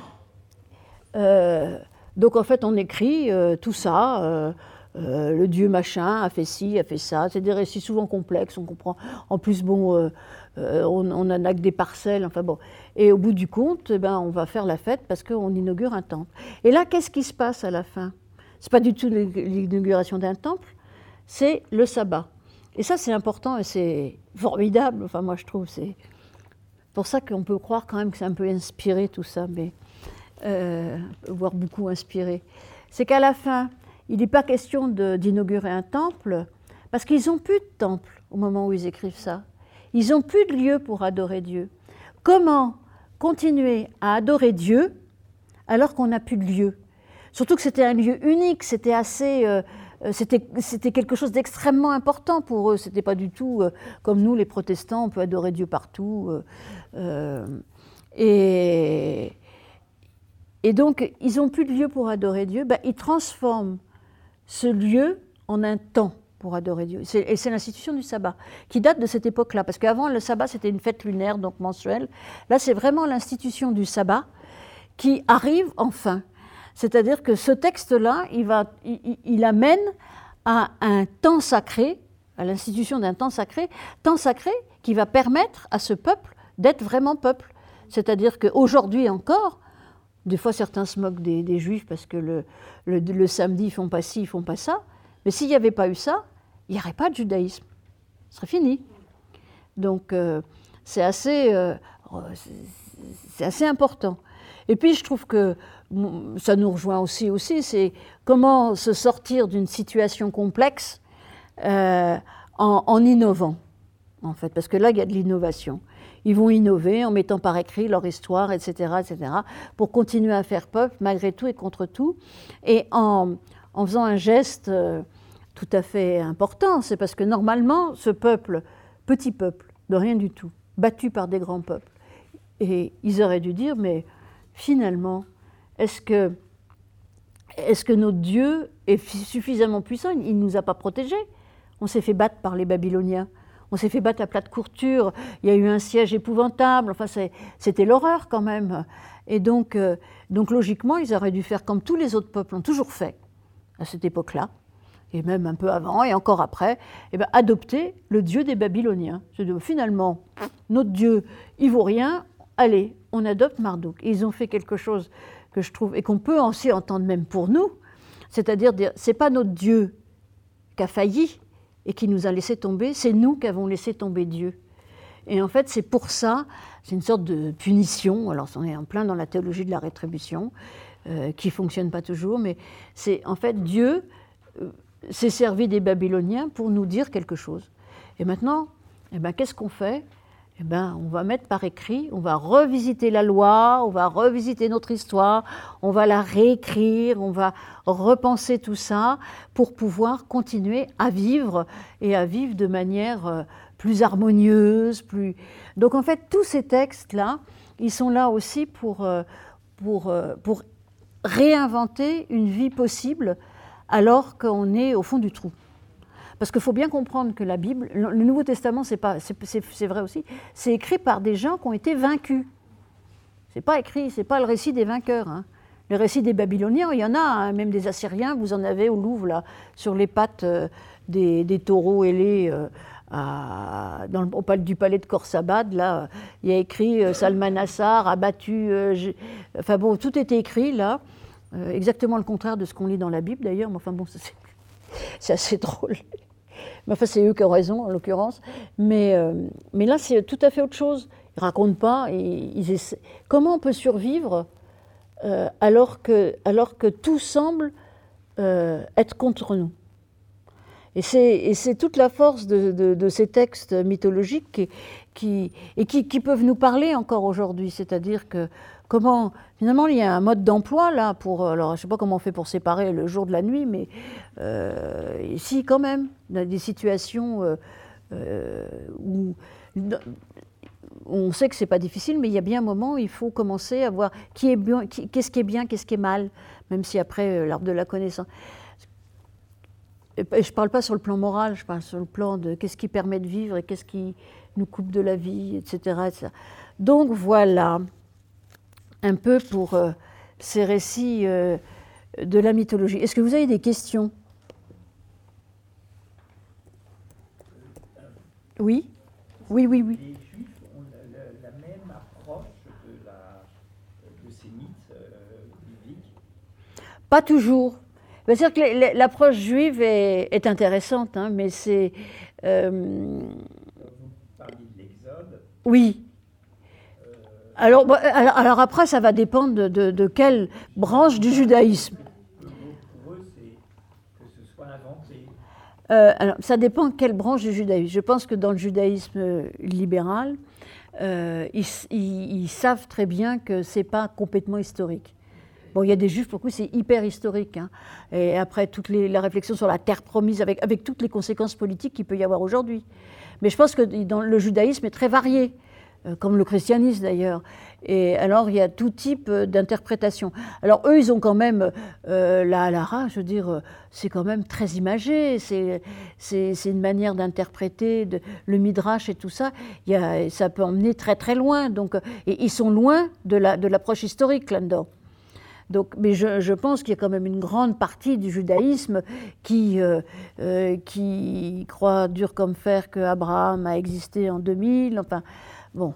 euh, donc en fait on écrit euh, tout ça, euh, euh, le dieu machin a fait ci, a fait ça, c'est des récits souvent complexes, on comprend. En plus bon, euh, euh, on, on en a que des parcelles, enfin bon. Et au bout du compte, eh ben, on va faire la fête parce qu'on inaugure un temple. Et là, qu'est-ce qui se passe à la fin? C'est pas du tout l'inauguration d'un temple, c'est le sabbat. Et ça c'est important et c'est formidable, enfin moi je trouve, c'est... C'est pour ça qu'on peut croire quand même que c'est un peu inspiré tout ça, mais euh, voire beaucoup inspiré. C'est qu'à la fin, il n'est pas question de, d'inaugurer un temple, parce qu'ils n'ont plus de temple au moment où ils écrivent ça. Ils n'ont plus de lieu pour adorer Dieu. Comment continuer à adorer Dieu alors qu'on n'a plus de lieu? Surtout que c'était un lieu unique, c'était assez... Euh, C'était, c'était quelque chose d'extrêmement important pour eux. Ce n'était pas du tout euh, comme nous, les protestants, on peut adorer Dieu partout. Euh, euh, et, et donc, ils n'ont plus de lieu pour adorer Dieu. Ben, ils transforment ce lieu en un temps pour adorer Dieu. C'est, et c'est l'institution du sabbat, qui date de cette époque-là. Parce qu'avant, le sabbat, c'était une fête lunaire, donc mensuelle. Là, c'est vraiment l'institution du sabbat qui arrive enfin. C'est-à-dire que ce texte-là, il, va, il, il amène à un temps sacré, à l'institution d'un temps sacré, temps sacré qui va permettre à ce peuple d'être vraiment peuple. C'est-à-dire qu'aujourd'hui encore, des fois certains se moquent des, des Juifs parce que le, le, le samedi, ils ne font pas ci, ils ne font pas ça, mais s'il n'y avait pas eu ça, il n'y aurait pas de judaïsme. Ce serait fini. Donc euh, c'est assez, euh, c'est assez important. Et puis je trouve que ça nous rejoint aussi, aussi c'est comment se sortir d'une situation complexe euh, en, en innovant, en fait, parce que là, il y a de l'innovation. Ils vont innover en mettant par écrit leur histoire, et cetera, et cetera, pour continuer à faire peuple, malgré tout et contre tout, et en, en faisant un geste euh, tout à fait important. C'est parce que normalement, ce peuple, petit peuple, de rien du tout, battu par des grands peuples, et ils auraient dû dire, mais finalement, est-ce que, est-ce que notre Dieu est suffisamment puissant? Il ne nous a pas protégés. On s'est fait battre par les Babyloniens. on s'est fait battre à plat de couture, il y a eu un siège épouvantable, enfin c'est, c'était l'horreur quand même. Et donc, euh, donc logiquement, ils auraient dû faire comme tous les autres peuples ont toujours fait à cette époque-là, et même un peu avant et encore après, eh ben, adopter le dieu des Babyloniens. C'est-à-dire, finalement, notre dieu, il vaut rien, allez, on adopte Marduk. Et ils ont fait quelque chose que je trouve, et qu'on peut aussi entendre même pour nous, c'est-à-dire dire, c'est pas notre dieu qui a failli et qui nous a laissé tomber, c'est nous qui avons laissé tomber Dieu. Et en fait, c'est pour ça, c'est une sorte de punition, alors on est en plein dans la théologie de la rétribution, euh, qui ne fonctionne pas toujours, mais c'est en fait Dieu euh, s'est servi des Babyloniens pour nous dire quelque chose. Et maintenant, eh ben, qu'est-ce qu'on fait ? Eh ben, on va mettre par écrit, on va revisiter la loi, on va revisiter notre histoire, on va la réécrire, on va repenser tout ça pour pouvoir continuer à vivre et à vivre de manière plus harmonieuse. Plus... Donc en fait, tous ces textes-là, ils sont là aussi pour, pour, pour réinventer une vie possible alors qu'on est au fond du trou. Parce qu'il faut bien comprendre que la Bible, le Nouveau Testament, c'est, pas, c'est, c'est, c'est vrai aussi, c'est écrit par des gens qui ont été vaincus. C'est pas écrit, c'est pas le récit des vainqueurs. Hein. Le récit des Babyloniens, il y en a, hein, même des Assyriens, vous en avez au Louvre, là, sur les pattes euh, des, des taureaux ailés euh, à, dans le, au palais du palais de Khorsabad. Là, il y a écrit euh, Salmanassar a battu. Euh, enfin bon, tout était écrit là, euh, exactement le contraire de ce qu'on lit dans la Bible d'ailleurs, mais enfin bon, c'est, c'est assez drôle. Mais enfin, c'est eux qui ont raison, en l'occurrence. Mais, euh, mais là, c'est tout à fait autre chose. Ils ne racontent pas. Ils, ils essaient... Comment on peut survivre euh, alors, que, alors que tout semble euh, être contre nous ? Et c'est, et c'est toute la force de, de, de ces textes mythologiques qui, qui, et qui, qui peuvent nous parler encore aujourd'hui. C'est-à-dire que comment, finalement, il y a un mode d'emploi là pour. Alors, je ne sais pas comment on fait pour séparer le jour de la nuit, mais euh, ici, quand même, il y a des situations euh, euh, où on sait que c'est pas difficile, mais il y a bien un moment où il faut commencer à voir qui est bien, qui, qu'est-ce qui est bien, qu'est-ce qui est mal, même si après euh, l'arbre de la connaissance. Et je ne parle pas sur le plan moral, je parle sur le plan de qu'est-ce qui permet de vivre et qu'est-ce qui nous coupe de la vie, et cetera, et cetera. Donc voilà, un peu pour euh, ces récits euh, de la mythologie. Est-ce que vous avez des questions ? Oui ? Oui, oui, oui. Les Juifs ont la, la, la même approche de, la, de ces mythes euh, bibliques ? Pas toujours. C'est-à-dire que l'approche juive est, est intéressante, hein, mais c'est... Euh... Vous parliez de l'Exode. Oui. Euh... Alors, bon, alors, alors après, ça va dépendre de, de, de quelle branche du judaïsme. Pour eux, c'est que ce soit inventé. Euh, alors, ça dépend de quelle branche du judaïsme. Je pense que dans le judaïsme libéral, euh, ils, ils, ils savent très bien que ce n'est pas complètement historique. Bon, il y a des juifs, pour le coup, c'est hyper historique. Hein. Et après, toute les, la réflexion sur la terre promise, avec, avec toutes les conséquences politiques qu'il peut y avoir aujourd'hui. Mais je pense que dans, le judaïsme est très varié, euh, comme le christianisme d'ailleurs. Et alors, il y a tout type d'interprétation. Alors, eux, ils ont quand même, euh, la halara, je veux dire, c'est quand même très imagé. C'est, c'est, c'est une manière d'interpréter de, le midrash et tout ça. Il y a, ça peut emmener très, très loin. Donc, et ils sont loin de, la, de l'approche historique là-dedans. Donc, mais je, je pense qu'il y a quand même une grande partie du judaïsme qui, euh, euh, qui croit dur comme fer qu'Abraham a existé en deux mille. Enfin, bon.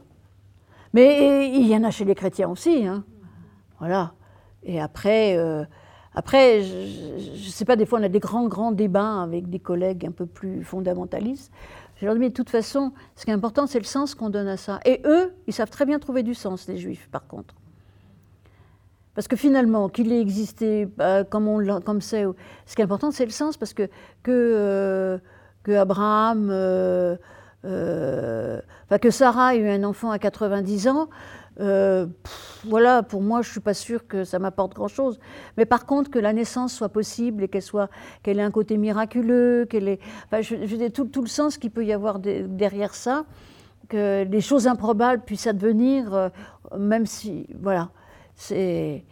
Mais il y en a chez les chrétiens aussi. Hein. Voilà. Et après, euh, après je ne sais pas, des fois on a des grands, grands débats avec des collègues un peu plus fondamentalistes. Je leur dis, mais de toute façon, ce qui est important, c'est le sens qu'on donne à ça. Et eux, ils savent très bien trouver du sens, les juifs, par contre. Parce que finalement, qu'il ait existé euh, comme on comme c'est, ce qui est important, c'est le sens, parce que que, euh, que Abraham, euh, euh, enfin que Sarah ait eu un enfant à quatre-vingt-dix ans, euh, pff, voilà, pour moi, je suis pas sûre que ça m'apporte grand-chose. Mais par contre, que la naissance soit possible et qu'elle soit, qu'elle ait un côté miraculeux, qu'elle ait, enfin, je, je dis tout, tout le sens qu'il peut y avoir de, derrière ça, que les choses improbables puissent advenir, euh, même si, voilà. C'est,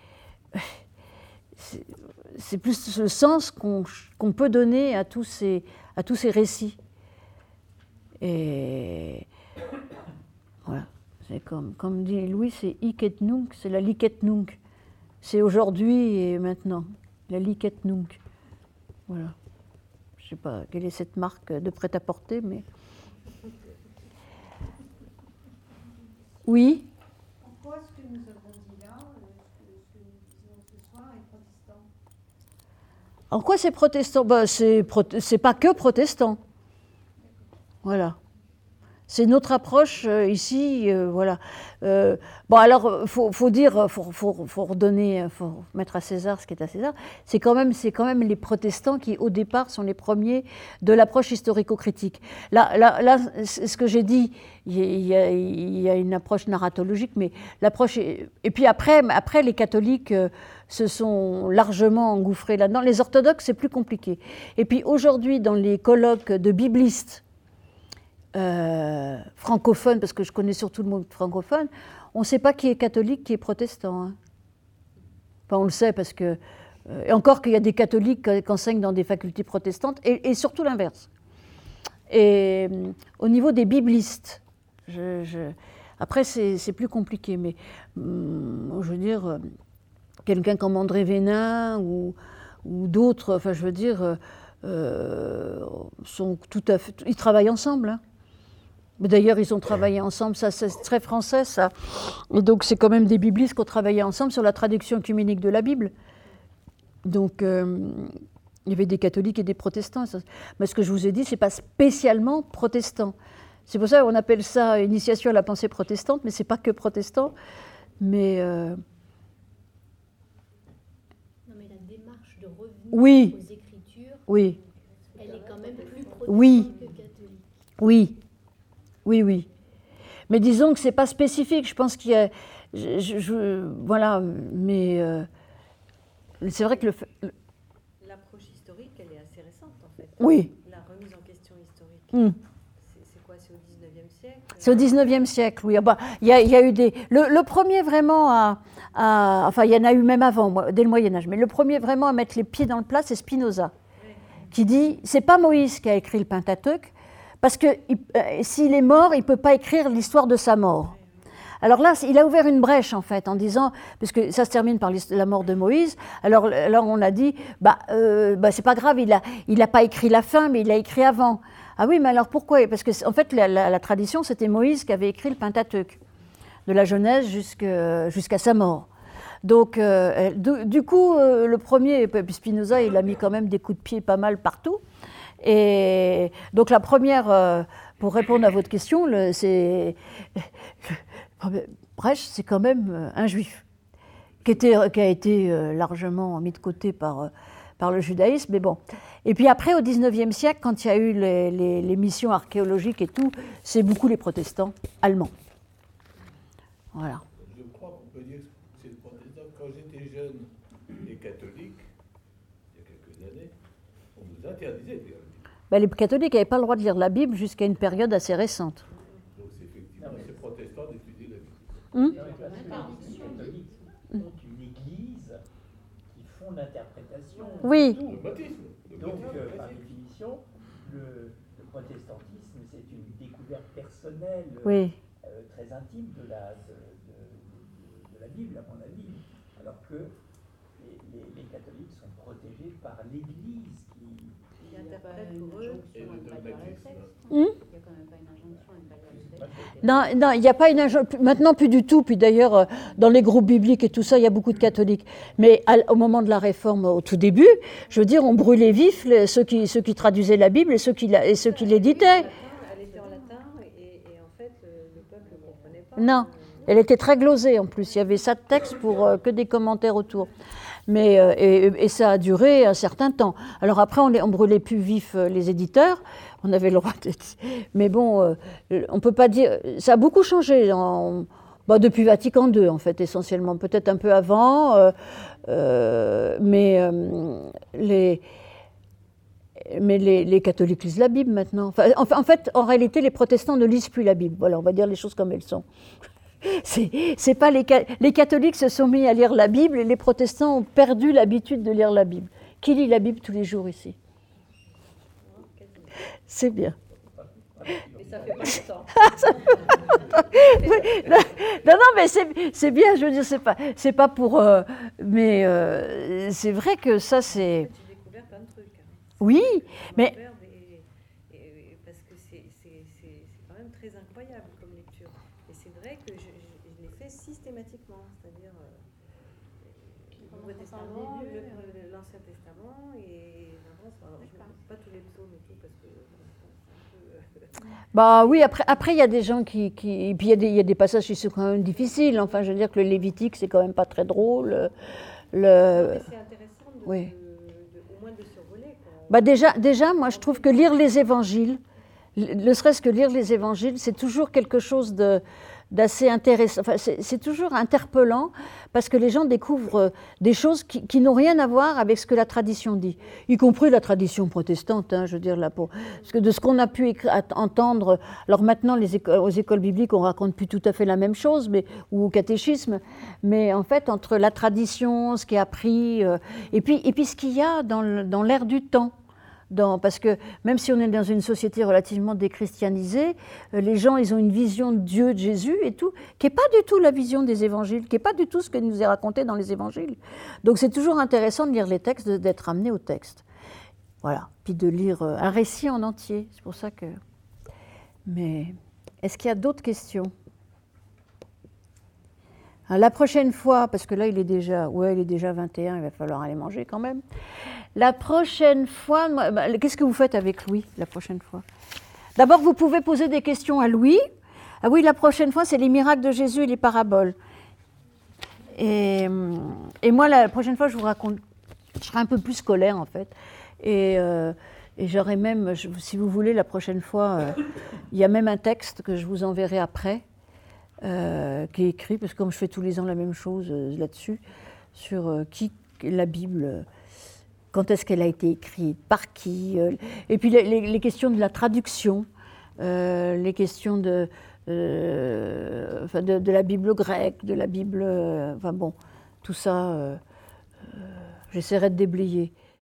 c'est, c'est plus le sens qu'on, qu'on peut donner à tous ces, à tous ces récits. Et voilà, c'est comme, comme dit Louis, c'est hic et nunc, c'est la lic et nunc. C'est aujourd'hui et maintenant, la lic et nunc. Voilà. Je ne sais pas quelle est cette marque de prêt-à-porter, mais... Oui. En quoi ce que nous avons dit là, ce que, ce que nous disons ce soir, est protestant? En quoi c'est protestant? Ben, c'est, prote- c'est pas que protestant. Voilà. C'est notre approche euh, ici, euh, voilà. Euh, bon, alors, faut, faut dire, faut, faut, faut redonner, faut mettre à César ce qui est à César. C'est quand même, c'est quand même les protestants qui, au départ, sont les premiers de l'approche historico-critique. Là, là, là, ce que j'ai dit, il y, a, il y a une approche narratologique, mais l'approche, est, et puis après, après, les catholiques euh, se sont largement engouffrés là-dedans. Les orthodoxes, c'est plus compliqué. Et puis aujourd'hui, dans les colloques de biblistes, Euh, francophone, parce que je connais surtout le mot francophone, on ne sait pas qui est catholique, qui est protestant. Hein. Enfin, on le sait parce que... Euh, et encore qu'il y a des catholiques qui enseignent dans des facultés protestantes, et, et surtout l'inverse. Et euh, au niveau des biblistes, je, je, après c'est, c'est plus compliqué, mais hum, je veux dire, euh, quelqu'un comme André Vénin ou, ou d'autres, enfin je veux dire, euh, sont tout à fait... Ils travaillent ensemble, hein. D'ailleurs, ils ont travaillé ensemble, ça c'est très français, ça. Et donc, c'est quand même des biblistes qui ont travaillé ensemble sur la traduction œcuménique de la Bible. Donc, euh, il y avait des catholiques et des protestants. Mais ce que je vous ai dit, ce n'est pas spécialement protestant. C'est pour ça qu'on appelle ça initiation à la pensée protestante, mais ce n'est pas que protestant. Mais... Euh... Non, mais la démarche de revenir oui. aux Écritures, oui. elle est quand même plus protestante oui. que catholique. Oui. Oui, oui. Mais disons que ce n'est pas spécifique. Je pense qu'il y a... Je, je, je, voilà, mais... Euh, c'est vrai que le... le L'approche historique, elle est assez récente, en fait. Oui. La remise en question historique. Mm. C'est, c'est quoi? C'est au dix-neuvième siècle? C'est au dix-neuvième siècle, oui. Ah bah, il y a, il y a eu des... Le, le premier vraiment à, à... Enfin, il y en a eu même avant, dès le Moyen-Âge. Mais le premier vraiment à mettre les pieds dans le plat, c'est Spinoza, oui. Qui dit... C'est pas Moïse qui a écrit le Pentateuque, parce que il, euh, s'il est mort, il ne peut pas écrire l'histoire de sa mort. Alors là, il a ouvert une brèche, en fait, en disant, parce que ça se termine par la mort de Moïse, alors, alors on a dit, bah, euh, bah, c'est pas grave, il n'a il a pas écrit la fin, mais il a écrit avant. Ah oui, mais alors pourquoi? Parce que, en fait, la, la, la tradition, c'était Moïse qui avait écrit le Pentateuque, de la Genèse jusqu'à, jusqu'à sa mort. Donc, euh, du, du coup, euh, le premier, puis Spinoza, il a mis quand même des coups de pied pas mal partout. Et donc la première, euh, pour répondre à votre question, le, c'est, le, brèche, c'est quand même un juif, qui, était, qui a été euh, largement mis de côté par, euh, par le judaïsme, mais bon. Et puis après, au dix-neuvième siècle, quand il y a eu les, les, les missions archéologiques et tout, c'est beaucoup les protestants allemands. Voilà. Je crois qu'on peut dire que c'est le protestant. Quand j'étais jeune et catholique, il y a quelques années, on nous interdisait de lire. Ben, les catholiques n'avaient pas le droit de lire la Bible jusqu'à une période assez récente. Donc c'est effectivement ces protestants d'étudier la Bible. Hum? Les catholiques ont une église qui font l'interprétation oui. de tout. Le baptisme. Le Donc, baptisme. euh, par définition, le, le protestantisme, c'est une découverte personnelle oui. euh, très intime de la, de, de, de, de la Bible, à mon avis. Alors que les, les, les catholiques sont protégés par l'Église qui... Il n'y a pas une injonction à ne pas lire les textes. Hum? Il n'y a quand même pas une injonction à ne pas lire les textes. Non, non, il n'y a pas une injonction. Maintenant, plus du tout. Puis d'ailleurs, euh, dans les groupes bibliques et tout ça, il y a beaucoup de catholiques. Mais à, au moment de la Réforme, au tout début, je veux dire, on brûlait vif les, ceux, qui, ceux qui traduisaient la Bible et ceux qui, la, et ceux qui l'éditaient. Elle était en latin et, et en fait, le, le peuple ne comprenait pas. Non, elle était très glosée en plus. Il y avait ça de texte pour euh, que des commentaires autour. Mais, euh, et, et ça a duré un certain temps. Alors après, on ne brûlait plus vif euh, les éditeurs, on avait le droit d'être... Mais bon, euh, on ne peut pas dire... Ça a beaucoup changé en, bah, depuis Vatican deux, en fait, essentiellement. Peut-être un peu avant, euh, euh, mais, euh, les, mais les, les catholiques lisent la Bible maintenant. Enfin, en, en fait, en réalité, les protestants ne lisent plus la Bible. Voilà, on va dire les choses comme elles sont. C'est, c'est pas les, les catholiques se sont mis à lire la Bible et les protestants ont perdu l'habitude de lire la Bible. Qui lit la Bible tous les jours ici? C'est bien. Mais Ça fait pas longtemps. non, non, mais c'est bien, je veux dire, c'est pas, c'est pas pour... Euh, mais euh, c'est vrai que ça, c'est... J'ai découvert plein de trucs. Hein. Oui, mais... Des, et, parce que c'est quand même très incroyable comme lecture. Et c'est vrai que je, je, je l'ai fait systématiquement, c'est-à-dire euh, le Nouveau Testament, l'Ancien Testament, et j'avance. Alors, je ne sais pas tous les psaumes et tout, parce que... Bah oui, après, après il y a des gens qui, qui et puis il y a des, il y a des passages qui sont quand même difficiles. Enfin, je veux dire que le Lévitique, c'est quand même pas très drôle. Le... C'est intéressant de, oui. de, de, au moins de survoler. Quoi. Bah déjà, déjà, moi, je trouve que lire les Évangiles, ne serait-ce que lire les Évangiles, c'est toujours quelque chose de d'assez intéressant. Enfin, c'est toujours interpellant parce que les gens découvrent des choses qui, qui n'ont rien à voir avec ce que la tradition dit, y compris la tradition protestante, hein, je veux dire là pour parce que de ce qu'on a pu entendre. Alors maintenant, les écoles, aux écoles bibliques, on raconte plus tout à fait la même chose, mais ou au catéchisme, mais en fait entre la tradition, ce qui est appris, euh, et puis et puis ce qu'il y a dans le, dans l'air du temps. Dans, parce que même si on est dans une société relativement déchristianisée, euh, les gens, ils ont une vision de Dieu, de Jésus et tout, qui n'est pas du tout la vision des évangiles, qui n'est pas du tout ce que nous est raconté dans les évangiles. Donc c'est toujours intéressant de lire les textes, d'être amené au texte. Voilà, puis de lire euh, un récit en entier, c'est pour ça que... Mais est-ce qu'il y a d'autres questions ? Alors, la prochaine fois, parce que là il est déjà, ouais, il est déjà vingt et un, il va falloir aller manger quand même. La prochaine fois, qu'est-ce que vous faites avec Louis la prochaine fois? D'abord, vous pouvez poser des questions à Louis. Ah oui, la prochaine fois, c'est les miracles de Jésus et les paraboles. Et, et moi, la prochaine fois, je vous raconte, je serai un peu plus scolaire en fait. Et, euh, et j'aurai même, je, si vous voulez, la prochaine fois, euh, il y a même un texte que je vous enverrai après, euh, qui est écrit, parce que comme je fais tous les ans la même chose euh, là-dessus, sur euh, qui la Bible... Euh, quand est-ce qu'elle a été écrite, par qui, euh, et puis les, les, les questions de la traduction, euh, les questions de, euh, enfin de, de la Bible grecque, de la Bible, euh, enfin bon, tout ça, euh, euh, j'essaierai de déblayer.